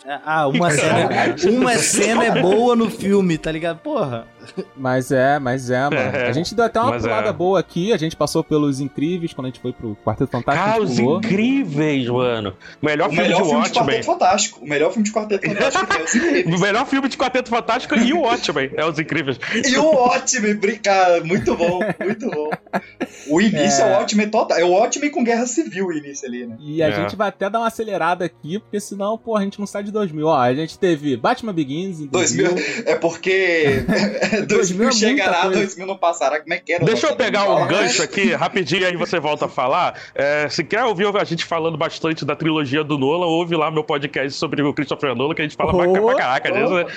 Uma cena é boa no filme, tá ligado? Porra. Mas mano. A gente deu até uma pulada boa aqui, a gente passou pelos Incríveis quando a gente foi pro Quarteto Fantástico. Ah, os Incríveis, mano. O melhor filme de Quarteto Fantástico. O melhor filme de Quarteto Fantástico é Os Incríveis. O melhor filme de Quarteto Fantástico e o Watchmen é Os Incríveis. E o Watchmen, cara, muito bom, muito bom. O início é o Watchmen total. É o Watchmen com Guerra Civil, o início ali, né? E a gente vai até dar uma acelerada aqui, porque senão, pô, a gente não sai de 2000. Ó, a gente teve Batman Begins em 2000. É porque 2000 chegará, 2000 não passará. Como é que era? Deixa eu pegar um gancho aqui, rapidinho, aí você volta a falar. Se quer ouvir a gente falando bastante da trilogia do Nolan, ouve lá meu podcast sobre o Christopher Nolan, que a gente fala pra caraca disso, né?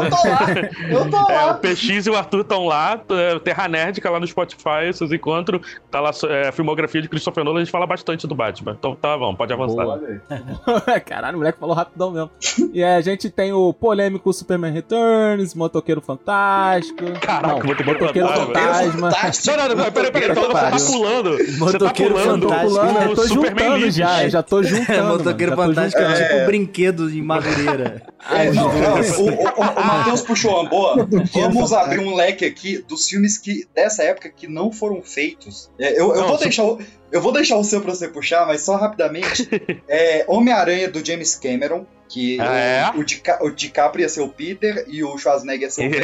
Eu tô lá. O PX e o Arthur estão lá, Terra Nerdica lá no Spotify, vocês encontram, tá lá a filmografia de Christopher Nolan, a gente fala bastante do Batman. Então tá bom, pode avançar. Caralho, o moleque falou rapidão mesmo. E a gente tem o polêmico Superman Returns, Motoqueiro Fantástico. Caraca, Motoqueiro Fantasma. Não, peraí, você tá pulando. Motoqueiro Fantástico. Eu tô juntando já tô juntando. Motoqueiro Fantástico é tipo brinquedo de Madureira. O Matheus puxou uma boa. Vamos abrir um leque aqui dos filmes dessa época que não foram feitos. Eu vou deixar o seu pra você puxar, mas só rapidamente. Homem-Aranha do James Cameron, que o DiCaprio ia ser o Peter e o Schwarzenegger ia ser o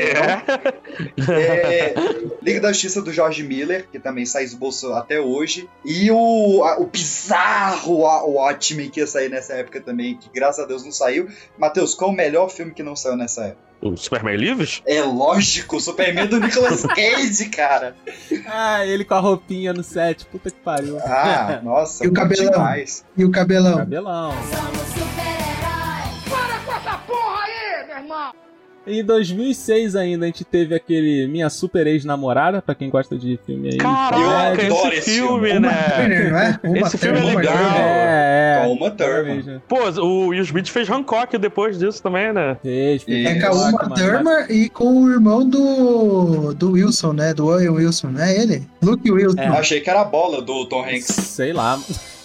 Venom. Liga da Justiça do George Miller, que também sai esboço até hoje. E o bizarro Watchmen, que ia sair nessa época também, que graças a Deus não saiu. Matheus, qual o melhor filme que não saiu nessa época? O Superman Lives? É lógico, o Superman do Nicolas Cage, cara. Ele com a roupinha no set, puta que pariu. Nossa, e o cabelão? Demais. E o cabelão? Somos super-heróis. Para com essa porra aí, meu irmão. Em 2006 ainda a gente teve aquele Minha Super Ex-Namorada, pra quem gosta de filme aí. Caraca, esse filme, né? Esse filme é legal. Uma Thurman. Pô, o Will Smith fez Hancock depois disso também, né? Fez. Com a Uma Thurman e com o irmão do Wilson, né? Do Owen Wilson, não é ele? Luke Wilson. Achei que era a bola do Tom Hanks. Sei lá.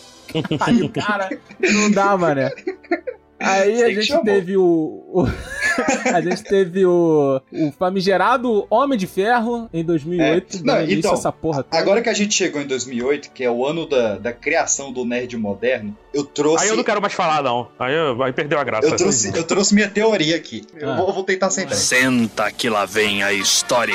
Aí o cara não dá, mané. Aí a gente teve o A gente teve o famigerado Homem de Ferro em 2008. Não, então, essa porra toda. Agora que a gente chegou em 2008, que é o ano da criação do nerd moderno, eu trouxe... Aí eu não quero mais falar, não. Aí perdeu a graça. Eu trouxe minha teoria aqui. Eu vou tentar sentar. Senta que lá vem a história.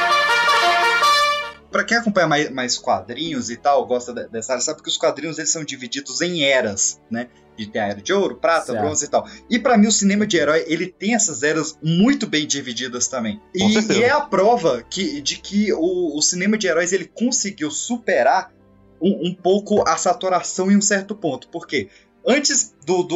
Pra quem acompanha mais quadrinhos e tal, gosta dessa área, sabe que os quadrinhos eles são divididos em eras, né? De ter a era de ouro, prata, bronze e tal. E pra mim o cinema de herói, ele tem essas eras muito bem divididas também. E é a prova de que o cinema de heróis, ele conseguiu superar um pouco a saturação em um certo ponto. Por quê? Antes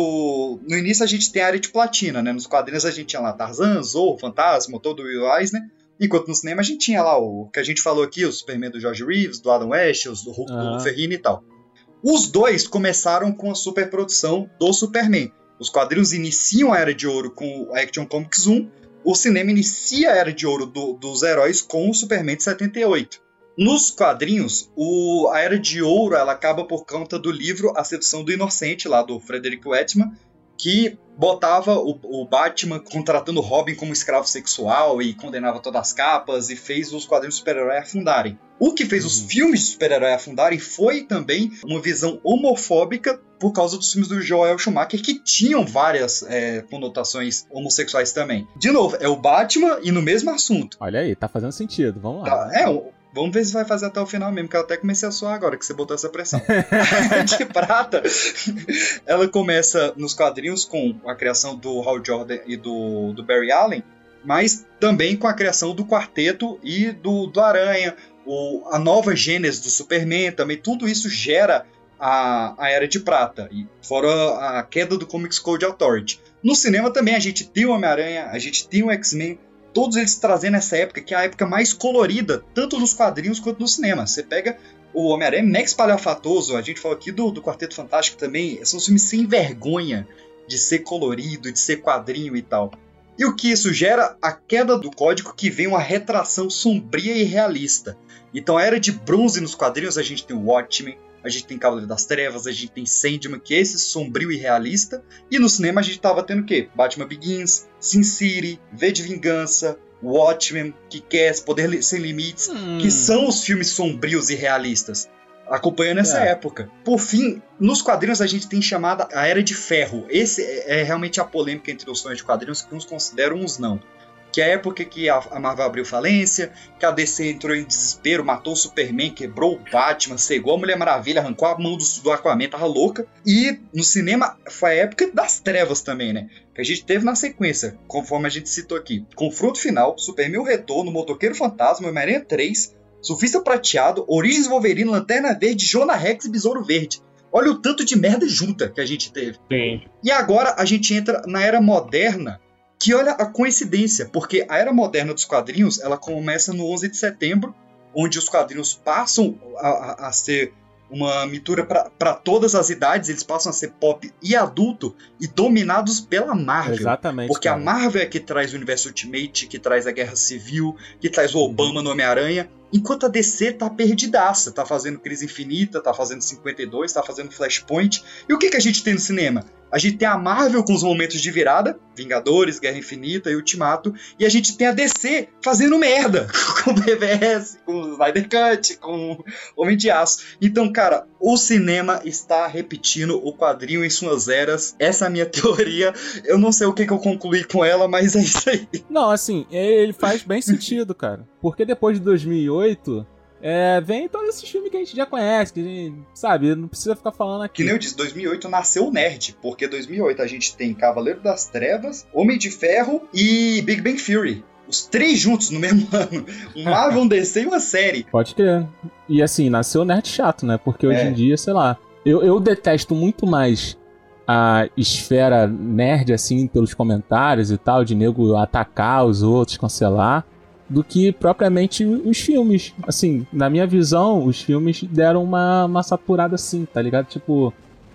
no início a gente tem a área de platina, né? Nos quadrinhos a gente tinha lá Tarzan, Zorro, Fantasma, todo o Will Eisner. Enquanto no cinema a gente tinha lá o que a gente falou aqui, o Superman do George Reeves, do Adam West, do Hulk do Ferrigno e tal. Os dois começaram com a superprodução do Superman. Os quadrinhos iniciam a Era de Ouro com o Action Comics 1, o cinema inicia a Era de Ouro dos heróis com o Superman de 78. Nos quadrinhos, a Era de Ouro ela acaba por conta do livro A Sedução do Inocente, lá do Frederick Wetman, que botava o Batman contratando o Robin como escravo sexual e condenava todas as capas e fez os quadrinhos de super-herói afundarem. O que fez os filmes de super-herói afundarem foi também uma visão homofóbica por causa dos filmes do Joel Schumacher, que tinham várias conotações homossexuais também. De novo, é o Batman e no mesmo assunto. Olha aí, tá fazendo sentido, vamos lá. Vamos ver se vai fazer até o final mesmo, que eu até comecei a suar agora que você botou essa pressão. A de Prata, ela começa nos quadrinhos com a criação do Hal Jordan e do Barry Allen, mas também com a criação do Quarteto e do Aranha, a nova gênese do Superman, também tudo isso gera a Era de Prata, e fora a queda do Comics Code Authority. No cinema também a gente tem o Homem-Aranha, a gente tem o X-Men, todos eles trazendo essa época, que é a época mais colorida, tanto nos quadrinhos quanto no cinema. Você pega o Homem-Aranha mega espalhafatoso, a gente falou aqui do Quarteto Fantástico também, são filmes sem vergonha de ser colorido, de ser quadrinho e tal. E o que isso gera? A queda do código, que vem uma retração sombria e realista. Então a Era de Bronze nos quadrinhos, a gente tem o Watchmen, a gente tem Cavaleiro das Trevas, a gente tem Sandman, que é esse sombrio e realista. E no cinema a gente tava tendo o quê? Batman Begins, Sin City, V de Vingança, Watchmen, Kick-Ass, Poder Sem Limites, que são os filmes sombrios e realistas, acompanhando essa época. Por fim, nos quadrinhos a gente tem chamada a Era de Ferro. Esse é realmente a polêmica entre os fãs de quadrinhos, que uns consideram, uns não. Que é a época que a Marvel abriu falência, que a DC entrou em desespero, matou o Superman, quebrou o Batman, cegou a Mulher Maravilha, arrancou a mão do Aquaman, tava louca. E no cinema foi a época das trevas também, né? Que a gente teve na sequência, conforme a gente citou aqui. Confronto Final, Superman o Retorno, Motoqueiro Fantasma, Homem-Aranha 3, Surfista Prateado, Origens Wolverine, Lanterna Verde, Jonah Rex e Besouro Verde. Olha o tanto de merda junta que a gente teve. Sim. E agora a gente entra na Era Moderna, que olha a coincidência, porque a Era Moderna dos quadrinhos, ela começa no 11 de setembro, onde os quadrinhos passam a ser uma mistura para todas as idades, eles passam a ser pop e adulto, e dominados pela Marvel. Exatamente. Porque a Marvel é que traz o universo Ultimate, que traz a Guerra Civil, que traz o Obama no Homem-Aranha, enquanto a DC tá perdidaça, tá fazendo Crise Infinita, tá fazendo 52, tá fazendo Flashpoint. E o que a gente tem no cinema? A gente tem a Marvel com os momentos de virada, Vingadores, Guerra Infinita e Ultimato, e a gente tem a DC fazendo merda, com o BVS, com o Snyder Cut, com Homem de Aço. Então, cara, o cinema está repetindo o quadrinho em suas eras. Essa é a minha teoria. Eu não sei o que eu concluí com ela, mas é isso aí. Não, assim, ele faz bem sentido, cara. Porque depois de 2008... vem todos esses filmes que a gente já conhece, que a gente, sabe, não precisa ficar falando aqui. Que nem eu disse, 2008 nasceu o nerd, porque 2008 a gente tem Cavaleiro das Trevas, Homem de Ferro e Big Bang Theory. Os três juntos no mesmo ano. Um Marvel, um DC e uma série. Pode crer. E assim, nasceu o nerd chato, né? Porque hoje em dia, sei lá, eu detesto muito mais a esfera nerd, assim, pelos comentários e tal, de nego atacar os outros, cancelar, do que propriamente os filmes. Assim, na minha visão, os filmes deram uma saturada assim, tá ligado? Tipo,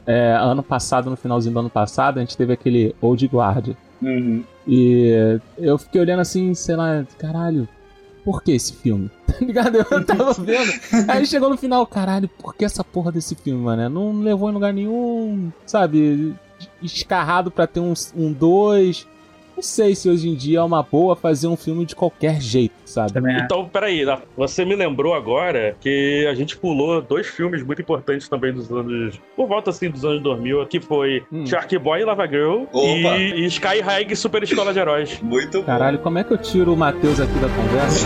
ano passado, no finalzinho do ano passado, a gente teve aquele Old Guard. Uhum. E eu fiquei olhando assim, sei lá, caralho, por que esse filme? Tá ligado? Eu tava vendo. Aí chegou no final, caralho, por que essa porra desse filme, mano? Não levou em lugar nenhum, sabe? Escarrado pra ter um 2. não sei se hoje em dia é uma boa fazer um filme de qualquer jeito, sabe? Então, peraí, você me lembrou agora que a gente pulou 2 filmes muito importantes também dos anos... Por volta, assim, dos anos 2000, que foi Shark Boy e Lava Girl e Sky High Super Escola de Heróis. Muito bom. Caralho, como é que eu tiro o Matheus aqui da conversa?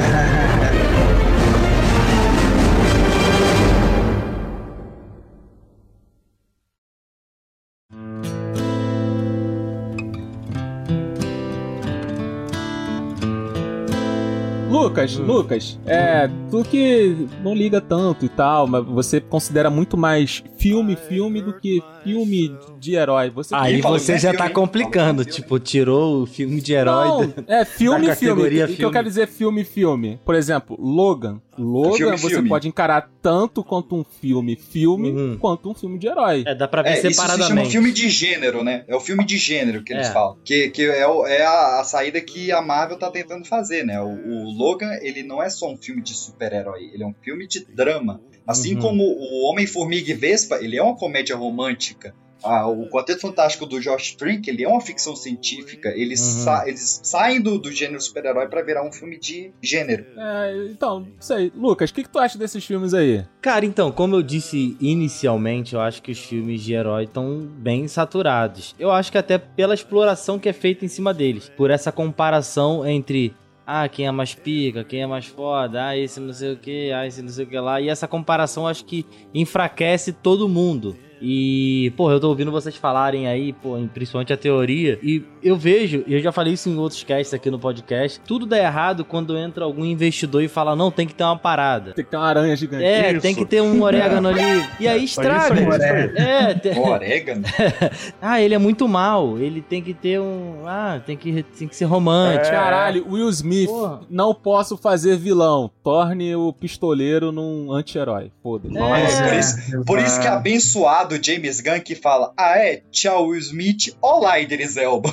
Lucas, tu que não liga tanto e tal, mas você considera muito mais filme do que filme de herói. Aí você já tá complicando, tipo, tirou o filme de herói. Não, filme. O que eu quero dizer filme? Por exemplo, Logan, você pode encarar tanto quanto um filme, quanto um filme de herói. Dá pra ver separadamente. Isso se chama filme de gênero, né? É o filme de gênero que eles falam. Que é a saída que a Marvel tá tentando fazer, né? O Logan, ele não é só um filme de super-herói, ele é um filme de drama. Assim como o Homem-Formiga e Vespa, ele é uma comédia romântica. O Quarteto Fantástico do Josh Trank, ele é uma ficção científica. Eles saem do gênero super-herói pra virar um filme de gênero. Então, não sei. Lucas, o que tu acha desses filmes aí? Cara, então, como eu disse inicialmente, eu acho que os filmes de herói estão bem saturados. Eu acho que até pela exploração que é feita em cima deles. Por essa comparação entre... quem é mais pica, quem é mais foda, esse não sei o que, esse não sei o que lá. E essa comparação acho que enfraquece todo mundo. E, eu tô ouvindo vocês falarem aí, principalmente a teoria. E eu vejo, e eu já falei isso em outros casts aqui no podcast, tudo dá errado quando entra algum investidor e fala, não, tem que ter uma parada. Tem que ter uma aranha gigante. Tem que ter um orégano ali. E aí estraga. O orégano? Ele é muito mal. Ele tem que ter tem que ser romântico. Caralho, Will Smith, não posso fazer vilão. Torne o pistoleiro num anti-herói. Foda-se. Por isso que é abençoado do James Gunn que fala, tchau Will Smith, olá Idris Elba.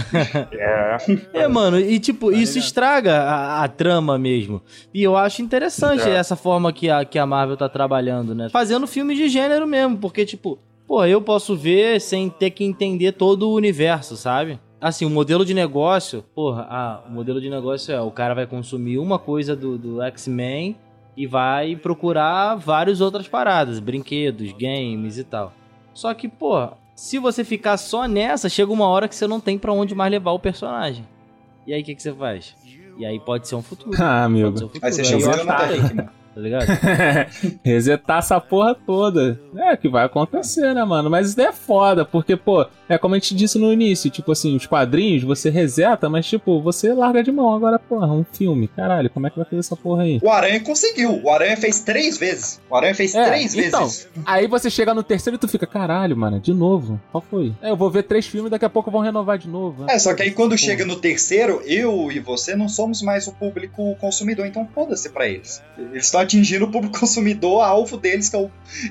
Mano, e tipo, isso estraga a trama mesmo. E eu acho interessante essa forma que a Marvel tá trabalhando, né? Fazendo filme de gênero mesmo, porque tipo, eu posso ver sem ter que entender todo o universo, sabe? Assim, o modelo de negócio, o modelo de negócio o cara vai consumir uma coisa do X-Men e vai procurar várias outras paradas, brinquedos, games e tal. Só que, se você ficar só nessa, chega uma hora que você não tem pra onde mais levar o personagem. E aí, o que você faz? E aí pode ser um futuro. Amigo. Aí você chama o Jonathan Hickman. Tá ligado? Resetar essa porra toda. É o que vai acontecer, né, mano? Mas isso daí é foda, porque, como a gente disse no início, tipo assim, os quadrinhos você reseta, mas, tipo, você larga de mão. Agora, um filme. Caralho, como é que vai fazer essa porra aí? O Aranha conseguiu. O Aranha fez 3 vezes. O Aranha fez 3 vezes. Aí você chega no terceiro e tu fica, caralho, mano, de novo? Qual foi? Eu vou ver 3 filmes, daqui a pouco vão renovar de novo. Só que aí quando chega no terceiro, eu e você não somos mais o público consumidor, então foda-se pra eles. Eles estão atingindo o público consumidor, alvo deles, que é o...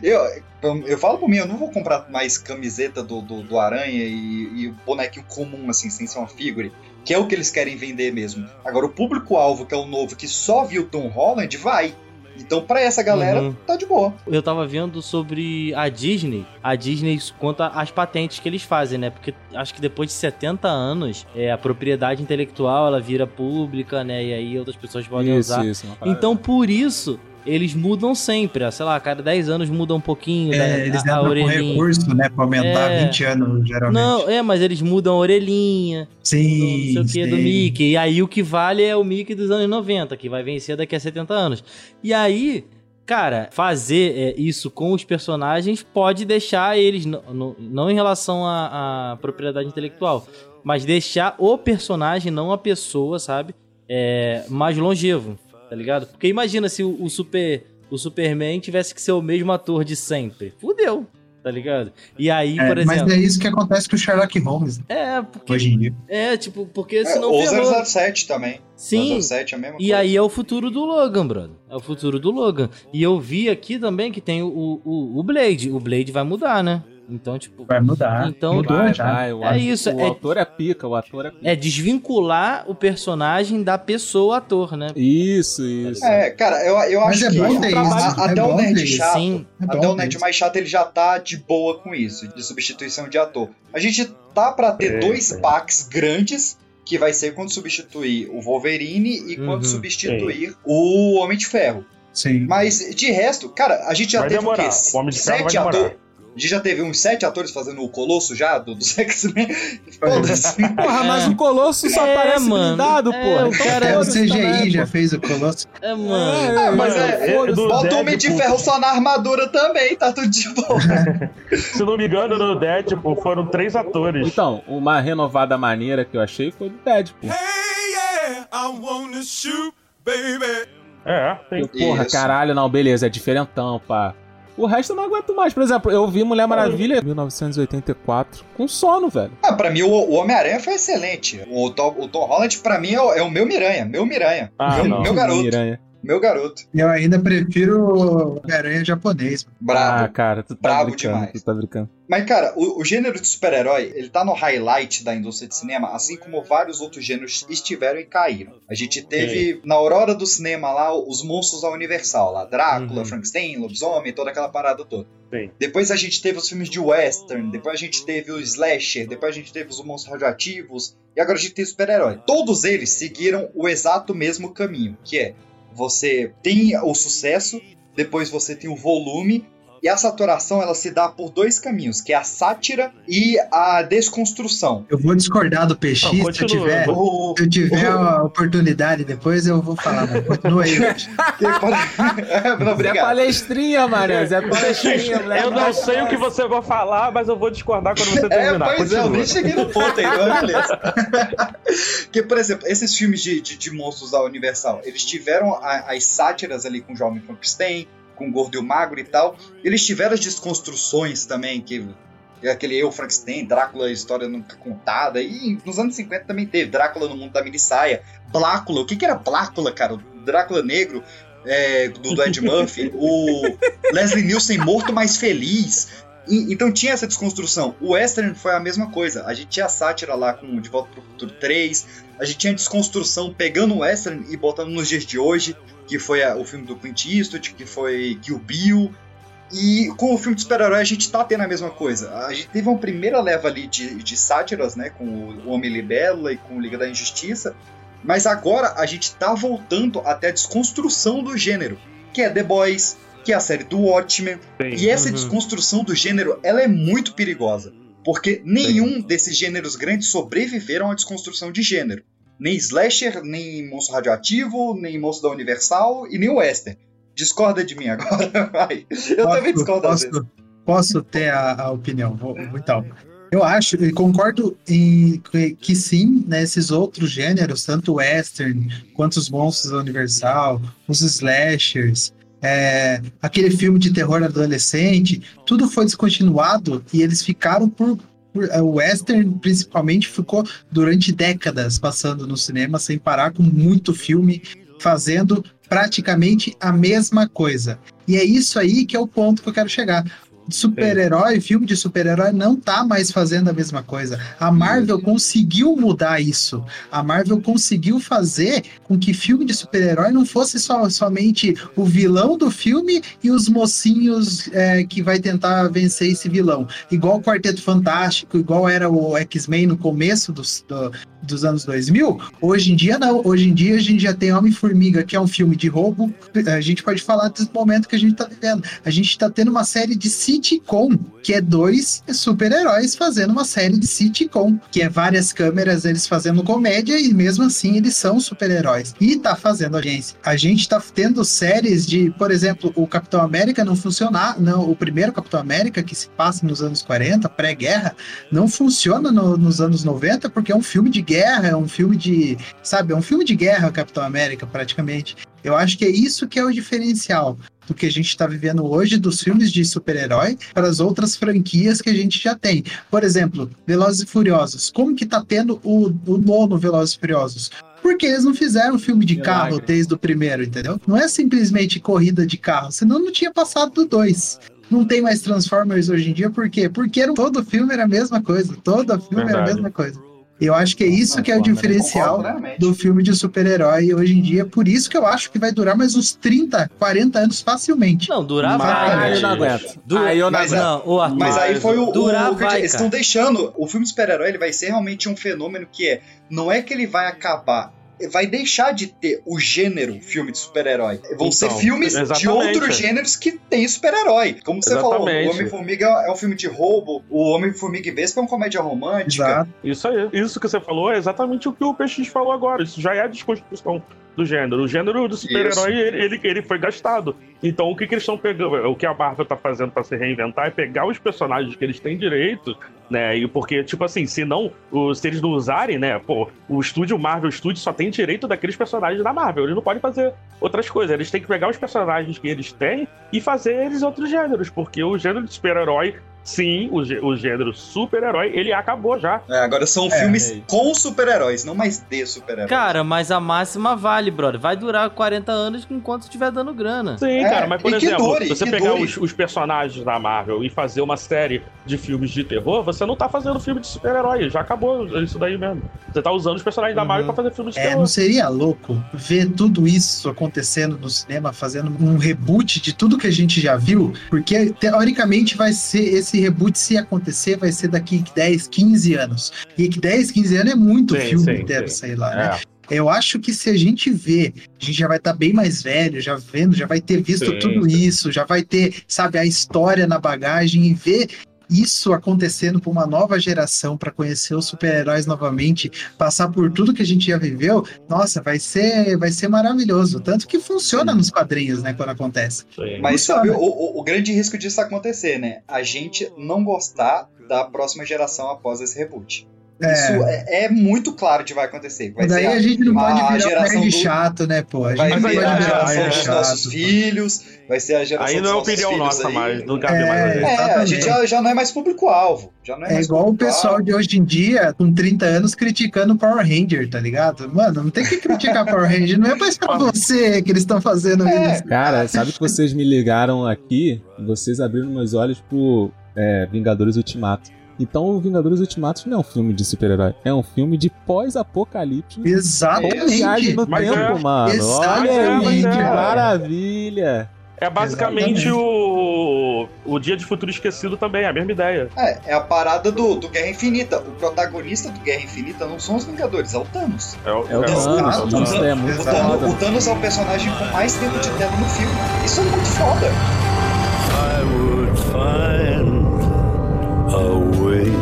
Eu falo por mim, eu não vou comprar mais camiseta do Aranha e o bonequinho comum, assim, sem ser uma figure, que é o que eles querem vender mesmo. Agora, o público-alvo, que é o novo, que só viu Tom Holland, vai. Então, pra essa galera, tá de boa. Eu tava vendo sobre a Disney conta as patentes que eles fazem, né? Porque acho que depois de 70 anos, a propriedade intelectual, ela vira pública, né? E aí outras pessoas podem usar. Então, por isso... Eles mudam sempre, sei lá, a cada 10 anos muda um pouquinho eles entram com recurso, né, pra aumentar 20 anos, geralmente. Não, mas eles mudam a orelhinha, sim, não sei o que, do Mickey, e aí o que vale é o Mickey dos anos 90, que vai vencer daqui a 70 anos. E aí, cara, fazer isso com os personagens pode deixar eles, não em relação à propriedade intelectual, mas deixar o personagem, não a pessoa, sabe, mais longevo. Tá ligado? Porque imagina se o Superman tivesse que ser o mesmo ator de sempre. Fudeu, tá ligado? E aí, por exemplo... Mas é isso que acontece com o Sherlock Holmes. Porque... Hoje em dia. Porque senão o 007 também. Sim, 007 é a mesma e coisa. aí é o futuro do Logan, brother. É o futuro do Logan. E eu vi aqui também que tem o Blade. O Blade vai mudar, né? Então, tipo... Vai mudar. Então, Mudou já. É isso. O ator é pica, o ator é pica. É desvincular o personagem da pessoa, ator, né? Isso. Cara, eu Mas acho é que bom ter isso. até É o bom nerd ter isso. chato, Sim. até o nerd mais chato, ele já tá de boa com isso, de substituição de ator. A gente tá pra ter 2 packs grandes, que vai ser quando substituir o Wolverine e quando substituir o Homem de Ferro. Sim. Mas, de resto, cara, a gente já teve demorar. o quê? O Homem de Ferro vai 7 demorar. atores. A gente já teve uns 7 atores fazendo o Colosso já, dos X-Men. Foda-se. Porra, mas o Colosso só aparece blindado, porra. O cara Até o CGI já fez o Colosso. mano. Mas do bota o Homem de Deadpool. Ferro só na armadura também, tá tudo de boa. Se não me engano, no Deadpool foram 3 atores. Então, uma renovada maneira que eu achei foi do Deadpool. Tem. Porra, Isso. caralho, não, beleza, é diferentão, pá. O resto eu não aguento mais. Por exemplo, eu vi Mulher Maravilha 1984 com sono, velho. Pra mim, o Homem-Aranha foi excelente. O Tom Holland, pra mim, é o meu Miranha. Meu garoto. Miranha. Meu garoto. Eu ainda prefiro o Homem-Aranha japonês. Brabo. Ah, cara, tu tá Brabo brincando, demais. tu tá brincando. Mas, cara, o gênero de super-herói, ele tá no highlight da indústria de cinema, assim como vários outros gêneros estiveram e caíram. A gente teve, na aurora do cinema lá, os monstros da Universal, lá, Drácula, Frankenstein, Lobisomem, toda aquela parada toda. Sim. Depois a gente teve os filmes de western, depois a gente teve o slasher, depois a gente teve os monstros radioativos, e agora a gente tem super-herói. Todos eles seguiram o exato mesmo caminho, que é, você tem o sucesso, depois você tem o volume, e a saturação ela se dá por 2 caminhos, que é a sátira e a desconstrução. Eu vou discordar do PX se eu tiver a oportunidade depois, eu vou falar. Mas continua aí. Não, obrigado. É palestrinha, Mané. É palestrinha, Eu não sei o que você vai falar, mas eu vou discordar quando você terminar. Pois eu nem cheguei no ponto aí, então beleza. Porque, por exemplo, esses filmes de monstros da Universal, eles tiveram as sátiras ali com o Jovem Frankenstein, com o Gordo e o Magro e tal. Eles tiveram as desconstruções também, que aquele Eu, Frankenstein, Drácula, História Nunca Contada, e nos anos 50 também teve Drácula no Mundo da Minissaia, Blácula, o que era Blácula, cara? O Drácula negro, do Ed Murphy, o Leslie Nielsen morto mais feliz. Então tinha essa desconstrução. O western foi a mesma coisa. A gente tinha a sátira lá com De Volta pro Futuro 3, a gente tinha a desconstrução pegando o western e botando nos dias de hoje, que foi o filme do Clint Eastwood, que foi Kill Bill. E com o filme de super-herói a gente tá tendo a mesma coisa. A gente teve uma primeira leva ali de sátiras, né, com o Homem-Libélula e com o Liga da Injustiça, mas agora a gente tá voltando até a desconstrução do gênero, que é The Boys, que é a série do Watchmen. E essa desconstrução do gênero, ela é muito perigosa, porque nenhum desses gêneros grandes sobreviveram à desconstrução de gênero. Nem slasher, nem monstro radioativo, nem monstro da Universal e nem o western. Discorda de mim agora, vai. Eu também discordo às vezes. Posso ter a opinião? Então, eu acho e concordo que sim, né, esses outros gêneros, tanto o western quanto os monstros da Universal, os slashers, aquele filme de terror adolescente, tudo foi descontinuado e eles ficaram o western, principalmente, ficou durante décadas passando no cinema sem parar, com muito filme, fazendo praticamente a mesma coisa. E é isso aí que é o ponto que eu quero chegar. Super-herói, filme de super-herói não tá mais fazendo a mesma coisa. A Marvel conseguiu mudar isso. A Marvel conseguiu fazer com que filme de super-herói não fosse somente o vilão do filme e os mocinhos que vai tentar vencer esse vilão. Igual o Quarteto Fantástico, igual era o X-Men no começo dos anos 2000. Hoje em dia não. Hoje em dia a gente já tem Homem-Formiga, que é um filme de roubo. A gente pode falar desse momento que a gente tá vivendo. A gente tá tendo uma série de sitcom, que é 2 super-heróis fazendo uma série de sitcom, que é várias câmeras, eles fazendo comédia e mesmo assim eles são super-heróis. E tá fazendo audiência. A gente tá tendo séries de, por exemplo, o Capitão América não funcionar, não, o primeiro Capitão América, que se passa nos anos 40, pré-guerra, não funciona nos anos 90 porque é um filme de guerra, é um filme de, sabe, é um filme de guerra, o Capitão América, praticamente. Eu acho que é isso que é o diferencial do que a gente está vivendo hoje dos filmes de super-herói para as outras franquias que a gente já tem. Por exemplo, Velozes e Furiosos. Como que tá tendo o nono Velozes e Furiosos? Porque eles não fizeram filme de carro desde o primeiro, entendeu? Não é simplesmente corrida de carro, senão não tinha passado do 2. não tem mais Transformers hoje em dia, por quê? Porque todo filme era a mesma coisa, todo filme era a mesma coisa. Eu acho que é isso que é o diferencial do filme de super-herói hoje em dia. Por isso que eu acho que vai durar mais uns 30, 40 anos facilmente. Não, durar vai. Aí eu não aguento. Mas aí foi o que vai, eles estão deixando. O filme de super-herói ele vai ser realmente um fenômeno que não é que ele vai acabar. Vai deixar de ter o gênero filme de super-herói. Vão ser filmes de outros gêneros que tem super-herói. Como você falou, o Homem-Formiga é um filme de roubo, o Homem-Formiga e Vespa é uma comédia romântica. Exato. Isso aí. Isso que você falou é exatamente o que o PX falou agora. Isso já é a desconstrução do gênero. O gênero do super-herói, ele foi gastado. Então, o que eles estão pegando, o que a Marvel tá fazendo pra se reinventar é pegar os personagens que eles têm direito, né? E porque, tipo assim, se eles não usarem, né? Pô, o Marvel Studios só tem direito daqueles personagens da Marvel. Eles não podem fazer outras coisas. Eles têm que pegar os personagens que eles têm e fazer eles outros gêneros. Porque o gênero de super-herói, sim, o gênero super-herói, ele acabou já. Agora são filmes com super-heróis, não mais de super-heróis. Cara, mas a máxima vale, brother. Vai durar 40 anos enquanto estiver dando grana. Sim, cara, mas por exemplo, se você pegar os personagens da Marvel e fazer uma série de filmes de terror, você não tá fazendo filme de super-herói. Já acabou isso daí mesmo. Você tá usando os personagens da Marvel pra fazer filme de terror. Não seria louco ver tudo isso acontecendo no cinema, fazendo um reboot de tudo que a gente já viu? Porque, teoricamente, vai ser esse reboot, se acontecer, vai ser daqui 10, 15 anos. E que 10, 15 anos é muito filme inteiro, sei lá, né? Eu acho que se a gente ver, a gente já vai estar bem mais velho, já vai ter visto tudo isso, já vai ter, sabe, a história na bagagem e ver isso acontecendo para uma nova geração, para conhecer os super-heróis novamente, passar por tudo que a gente já viveu, nossa, vai ser maravilhoso. Tanto que funciona nos quadrinhos, né, quando acontece. Mas sabe, o grande risco disso acontecer, né? A gente não gostar da próxima geração após esse reboot. Isso é muito claro que vai acontecer. Vai daí ser a gente não pode virar um nerd chato, né, pô? A gente vai não pode virar a virar geração dos nossos filhos, vai ser a geração aí dos nossos filhos. Aí não é opinião nossa mais, não cabe mais. A gente já não é mais público-alvo. É igual o pessoal de hoje em dia, com 30 anos, criticando o Power Ranger, tá ligado? Mano, não tem que criticar Power Ranger, não é pra você que eles estão fazendo isso. Cara, sabe que vocês me ligaram aqui? Vocês abriram meus olhos pro Vingadores Ultimato. Então, o Vingadores Ultimato não é um filme de super-herói, é um filme de pós-apocalipse. Exatamente. Viagem no tempo, mano. Olha aí, que maravilha. É basicamente o Dia de Futuro Esquecido também, é a mesma ideia. É a parada do Guerra Infinita. O protagonista do Guerra Infinita não são os Vingadores, é o Thanos. É o Thanos. É muito foda. O Thanos é o personagem com mais tempo de tela no filme. Isso é muito foda. I would find a way.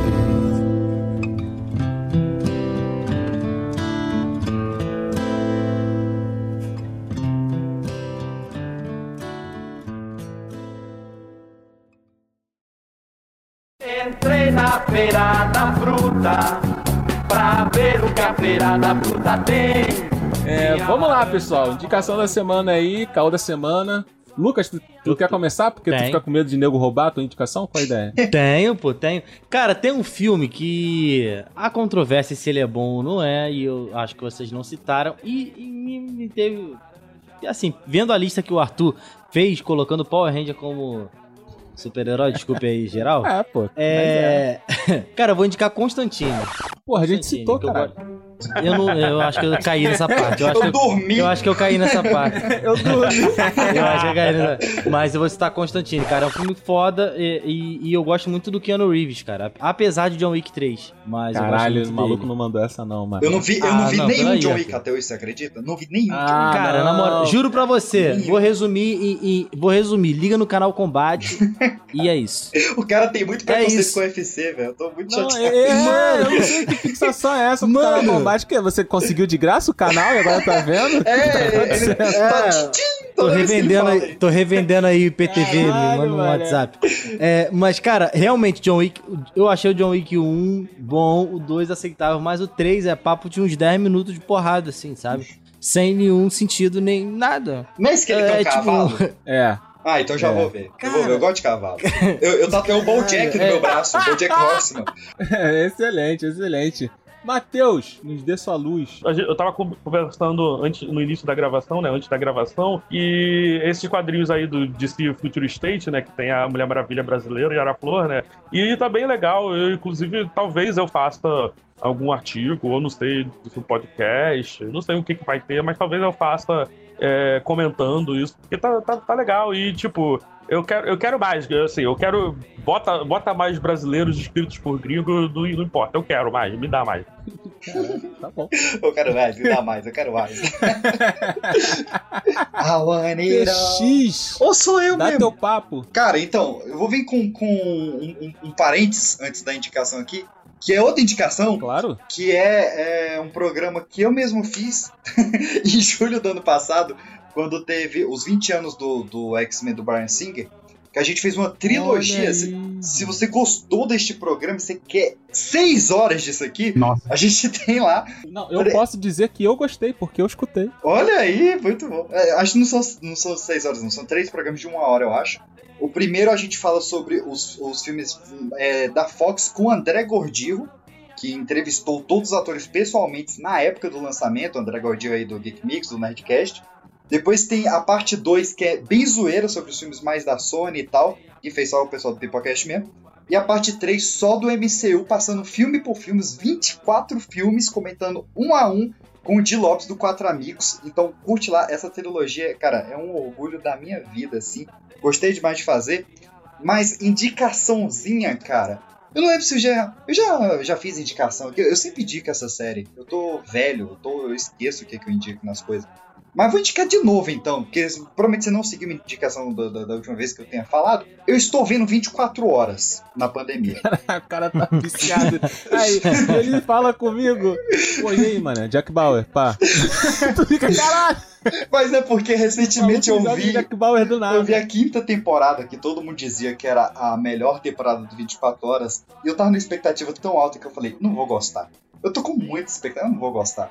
Entrei na feira da fruta pra ver o que a feira da fruta tem. Vamos lá, pessoal. Indicação da semana aí, caô da semana. Lucas, tu quer começar? Porque tu fica com medo de nego roubar a tua indicação? Qual a ideia? Tenho. Cara, tem um filme que há controvérsia se ele é bom ou não é, e eu acho que vocês não citaram, e me teve... Assim, vendo a lista que o Arthur fez, colocando o Power Ranger como super-herói, desculpe aí, geral. Cara, eu vou indicar Constantine. Porra, a gente citou, cara. Eu acho que eu caí nessa parte. Eu acho que eu caí nessa parte. Eu dormi. Eu acho que eu caí nessa... Mas eu vou citar Constantine, cara. É um filme foda e eu gosto muito do Keanu Reeves, cara. Apesar de John Wick 3. Mas caralho, o maluco não mandou essa não, mano. Eu não vi nenhum John Wick até hoje, você acredita? Não vi nenhum. Cara, na moral, juro pra você. Vou resumir. Liga no canal Combate e é isso. O cara tem muito preconceito com o UFC, velho. Eu tô muito chateado. Mano, eu não sei que fixação é essa, mano. Acho que você conseguiu de graça o canal e agora tá vendo? Tô revendendo aí o IPTV, me manda no WhatsApp. Mas, cara, realmente, John Wick, eu achei o John Wick 1 bom, o 2 aceitável, mas o 3 é papo de uns 10 minutos de porrada, assim, sabe? Sem nenhum sentido, nem nada. Não é esse que ele tem um cavalo? Então já vou ver. Cara... Eu gosto de cavalo. Eu tatuei o BoJack no meu braço, o BoJack Horseman. Excelente. Matheus, nos dê sua luz. Eu tava conversando no início da gravação, né? Antes da gravação, e esses quadrinhos aí do DC Future State, né? Que tem a Mulher Maravilha brasileira, Yara Flor, né? E tá bem legal. Inclusive, talvez eu faça algum artigo, ou não sei, do podcast, não sei o que vai ter, mas talvez eu faça comentando isso, porque tá legal. E, tipo, eu quero mais, assim, eu quero... Bota mais brasileiros escritos por gringo, não importa, eu quero mais, me dá mais. Tá bom. Eu quero mais, me dá mais, eu quero mais. PX! Ou sou eu Dá mesmo? teu papo. Cara, então, eu vou vir com um parênteses antes da indicação aqui, que é outra indicação, claro, que é um programa que eu mesmo fiz em julho do ano passado, quando teve os 20 anos do X-Men do Bryan Singer, que a gente fez uma trilogia. Se você gostou deste programa, você quer 6 horas disso aqui, nossa, a gente tem lá. Não, eu posso dizer que eu gostei, porque eu escutei. Olha aí, muito bom. Acho que não são 6 horas, não. São 3 programas de 1 hora, eu acho. O primeiro a gente fala sobre os filmes da Fox com o André Gordillo, que entrevistou todos os atores pessoalmente na época do lançamento. O André Gordillo aí do Geek Mix, do Nerdcast. Depois tem a parte 2, que é bem zoeira, sobre os filmes mais da Sony e tal, que fez só o pessoal do Pipocast mesmo. E a parte 3 só do MCU, passando filme por filme, 24 filmes, comentando um a um com o Di Lopes do Quatro Amigos. Então curte lá, essa trilogia, cara, é um orgulho da minha vida, assim. Gostei demais de fazer. Mas indicaçãozinha, cara, eu não lembro se eu já fiz indicação aqui. Eu sempre indico essa série. Eu tô velho, eu esqueço o que eu indico nas coisas. Mas vou indicar de novo, então, porque provavelmente você não seguiu minha indicação da última vez que eu tenha falado. Eu estou vendo 24 horas na pandemia. O cara tá viciado. Aí, ele fala comigo. Pô, e aí, mano? Jack Bauer, pá. Tu fica, caralho. Mas é porque recentemente eu vi Jack Bauer do nada. Eu vi a 5ª temporada, que todo mundo dizia que era a melhor temporada do 24 horas. E eu tava numa expectativa tão alta que eu falei, não vou gostar. Eu tô com muita expectativa, eu não vou gostar.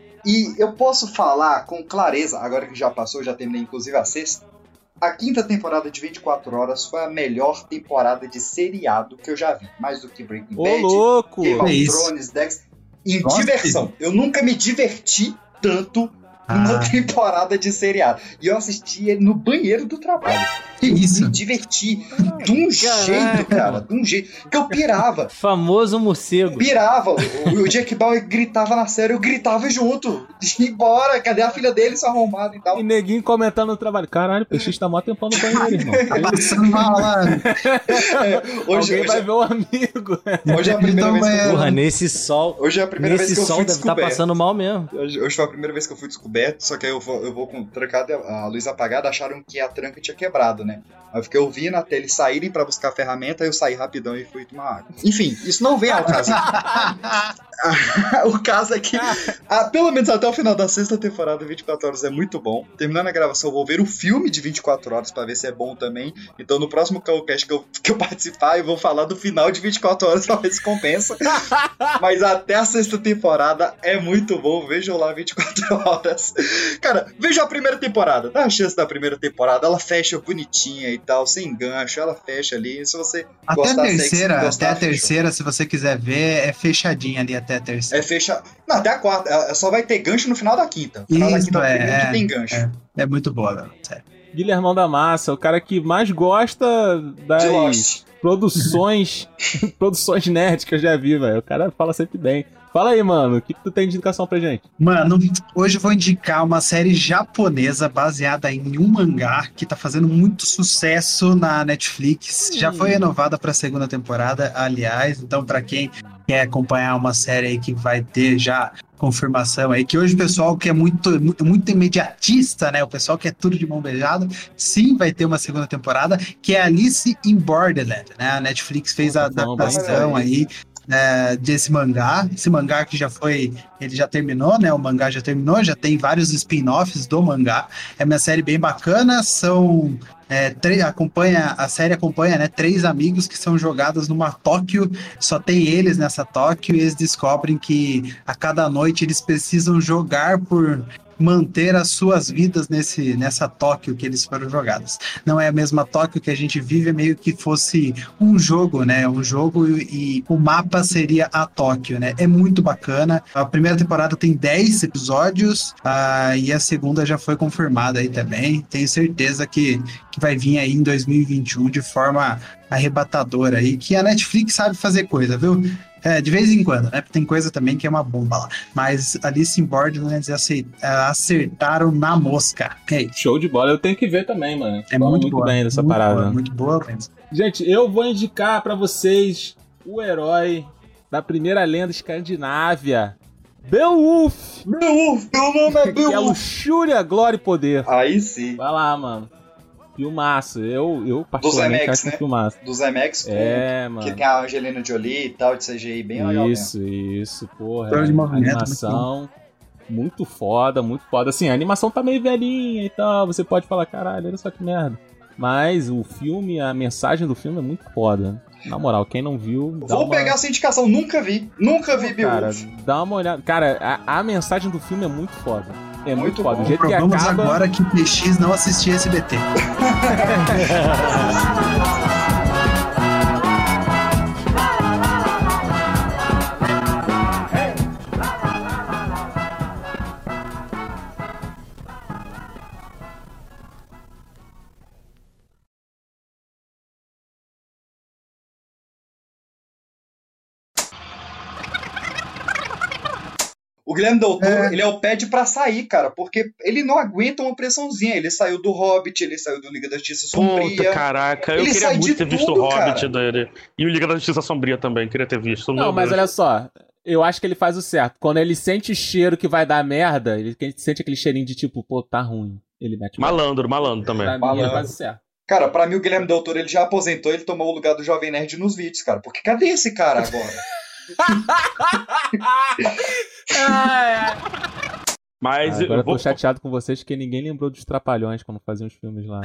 E eu posso falar com clareza, agora que já passou, já terminei inclusive a 6ª, a 5ª temporada de 24 horas foi a melhor temporada de seriado que eu já vi. Mais do que Breaking Bad, louco! Game of Thrones, Dexter. Em diversão. Eu nunca me diverti tanto numa temporada de seriado. E eu assisti ele no banheiro do trabalho. Que isso? Me diverti de um jeito, cara. De um jeito. Que eu pirava. Famoso morcego. Pirava. O Jack Bauer gritava na série, eu gritava junto. Bora, cadê a filha dele, só arrombado e tal. E neguinho comentando no trabalho. Caralho, o PX tá mó tempão no banheiro, irmão. Tá passando mal lá. Alguém vai ver o amigo. Hoje é a primeira vez que eu... Porra, nesse sol. Hoje é a primeira vez que eu fui deve descoberto. tá passando mal mesmo. Hoje foi a primeira vez que eu fui descoberto, só que aí eu vou com a luz apagada, acharam que a tranca tinha quebrado, né? Aí eu fiquei ouvindo até eles saírem pra buscar a ferramenta, aí eu saí rapidão e fui tomar água. Enfim, isso não vem ao caso. O caso é que, pelo menos até o final da 6ª temporada, 24 horas é muito bom. Terminando a gravação, eu vou ver o filme de 24 horas pra ver se é bom também. Então no próximo Callcast que eu participar, eu vou falar do final de 24 horas pra ver se compensa. Mas até a 6ª temporada é muito bom. Vejam lá 24 horas. Cara, vejam a primeira temporada. Dá a chance da primeira temporada. Ela fecha bonitinha e tal, sem gancho. Ela fecha ali. Se você gostar, até a terceira, se você quiser ver, é fechadinha ali até a terceira. É fecha... Não, até a 4ª. Só vai ter gancho no final da 5ª. No final da 5ª que tem gancho. É muito boa, velho. Sério. Guilhermão da Massa, o cara que mais gosta das produções nerd que eu já vi, velho. O cara fala sempre bem. Fala aí, mano, o que tu tem de indicação pra gente? Mano, hoje eu vou indicar uma série japonesa baseada em um mangá que tá fazendo muito sucesso na Netflix. Já foi renovada pra 2ª temporada, aliás. Então, pra quem quer acompanhar uma série aí que vai ter já confirmação aí, que hoje o pessoal que é muito imediatista, né? O pessoal que é tudo de mão beijada, sim, vai ter uma 2ª temporada, que é Alice in Borderland, né? A Netflix fez a adaptação aí desse mangá. Esse mangá que ele já terminou, né? O mangá já terminou, já tem vários spin-offs do mangá. É uma série bem bacana, são... a série acompanha, né, 3 amigos que são jogados numa Tóquio, só tem eles nessa Tóquio, e eles descobrem que a cada noite eles precisam jogar por manter as suas vidas nessa Tóquio que eles foram jogados. Não é a mesma Tóquio que a gente vive, é meio que fosse um jogo, né? Um jogo e o mapa seria a Tóquio, né? É muito bacana. A primeira temporada tem 10 episódios e a segunda já foi confirmada aí também. Tenho certeza que vai vir aí em 2021 de forma arrebatadora aí, que a Netflix sabe fazer coisa, viu? De vez em quando, né? Tem coisa também que é uma bomba lá. Mas Alice in Borderlands acertaram na mosca. Show de bola. Eu tenho que ver também, mano. É muito boa, bem dessa parada. Muito boa mesmo. Gente, eu vou indicar pra vocês o herói da primeira lenda escandinávia, Beowulf. Beowulf, meu nome é Beowulf. Que é luxúria, glória e poder. Aí sim. Vai lá, mano. Filmaço. Eu particularmente acho que filmaço. Dos IMAX, mano. Que tem a Angelina Jolie e tal, de CGI bem legal mesmo. Isso, porra. Animação muito foda. Assim, a animação tá meio velhinha e tal, você pode falar, caralho, olha só que merda. Mas o filme, a mensagem do filme é muito foda. Na moral, quem não viu... Vou pegar essa indicação, nunca vi Beowulf. Cara, dá uma olhada. Cara, a mensagem do filme é muito foda. É muito foda. O jeito que acaba... agora que o PX não assistia SBT. O Guilherme Del Toro, ele pede pra sair, cara, porque ele não aguenta uma pressãozinha. Ele saiu do Hobbit, ele saiu do Liga da Justiça Sombria. Puta, caraca, eu queria muito ter visto o Hobbit dele. E o Liga da Justiça Sombria também, queria ter visto. Não, mas olha só, eu acho que ele faz o certo. Quando ele sente o cheiro que vai dar merda, ele sente aquele cheirinho de tipo, pô, tá ruim. Ele mete malandro também. Pra mim, ele faz o certo. Cara, pra mim o Guilherme Del Toro, ele já aposentou, ele tomou o lugar do Jovem Nerd nos vídeos, cara. Porque cadê esse cara agora? Mas agora eu tô chateado com vocês porque ninguém lembrou dos Trapalhões quando faziam os filmes lá.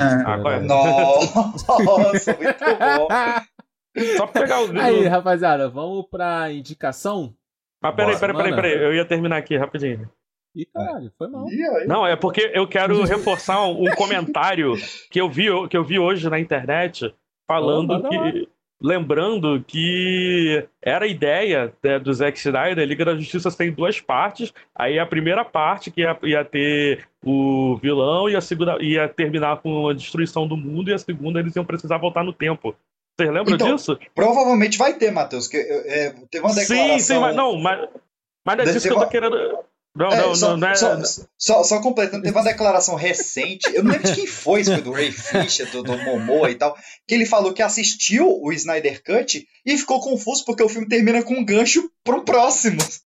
Nossa, muito bom. Só pra pegar o... Aí, rapaziada, vamos pra indicação? Ah, peraí, eu ia terminar aqui rapidinho. Ih, caralho, foi mal. Não, é porque eu quero reforçar um comentário que eu vi hoje na internet falando lembrando que era a ideia do Zack Snyder, a Liga da Justiça tem 2 partes, aí a primeira parte que ia ter o vilão e a segunda ia terminar com a destruição do mundo, e a segunda eles iam precisar voltar no tempo. Vocês lembram disso? Provavelmente vai ter, Matheus, que teve uma declaração... Sim, mas é disso que eu tô querendo... Só completando, teve uma declaração recente, eu não lembro de quem foi, se foi do Ray Fisher, do Momoa e tal, que ele falou que assistiu o Snyder Cut e ficou confuso porque o filme termina com um gancho pro próximo.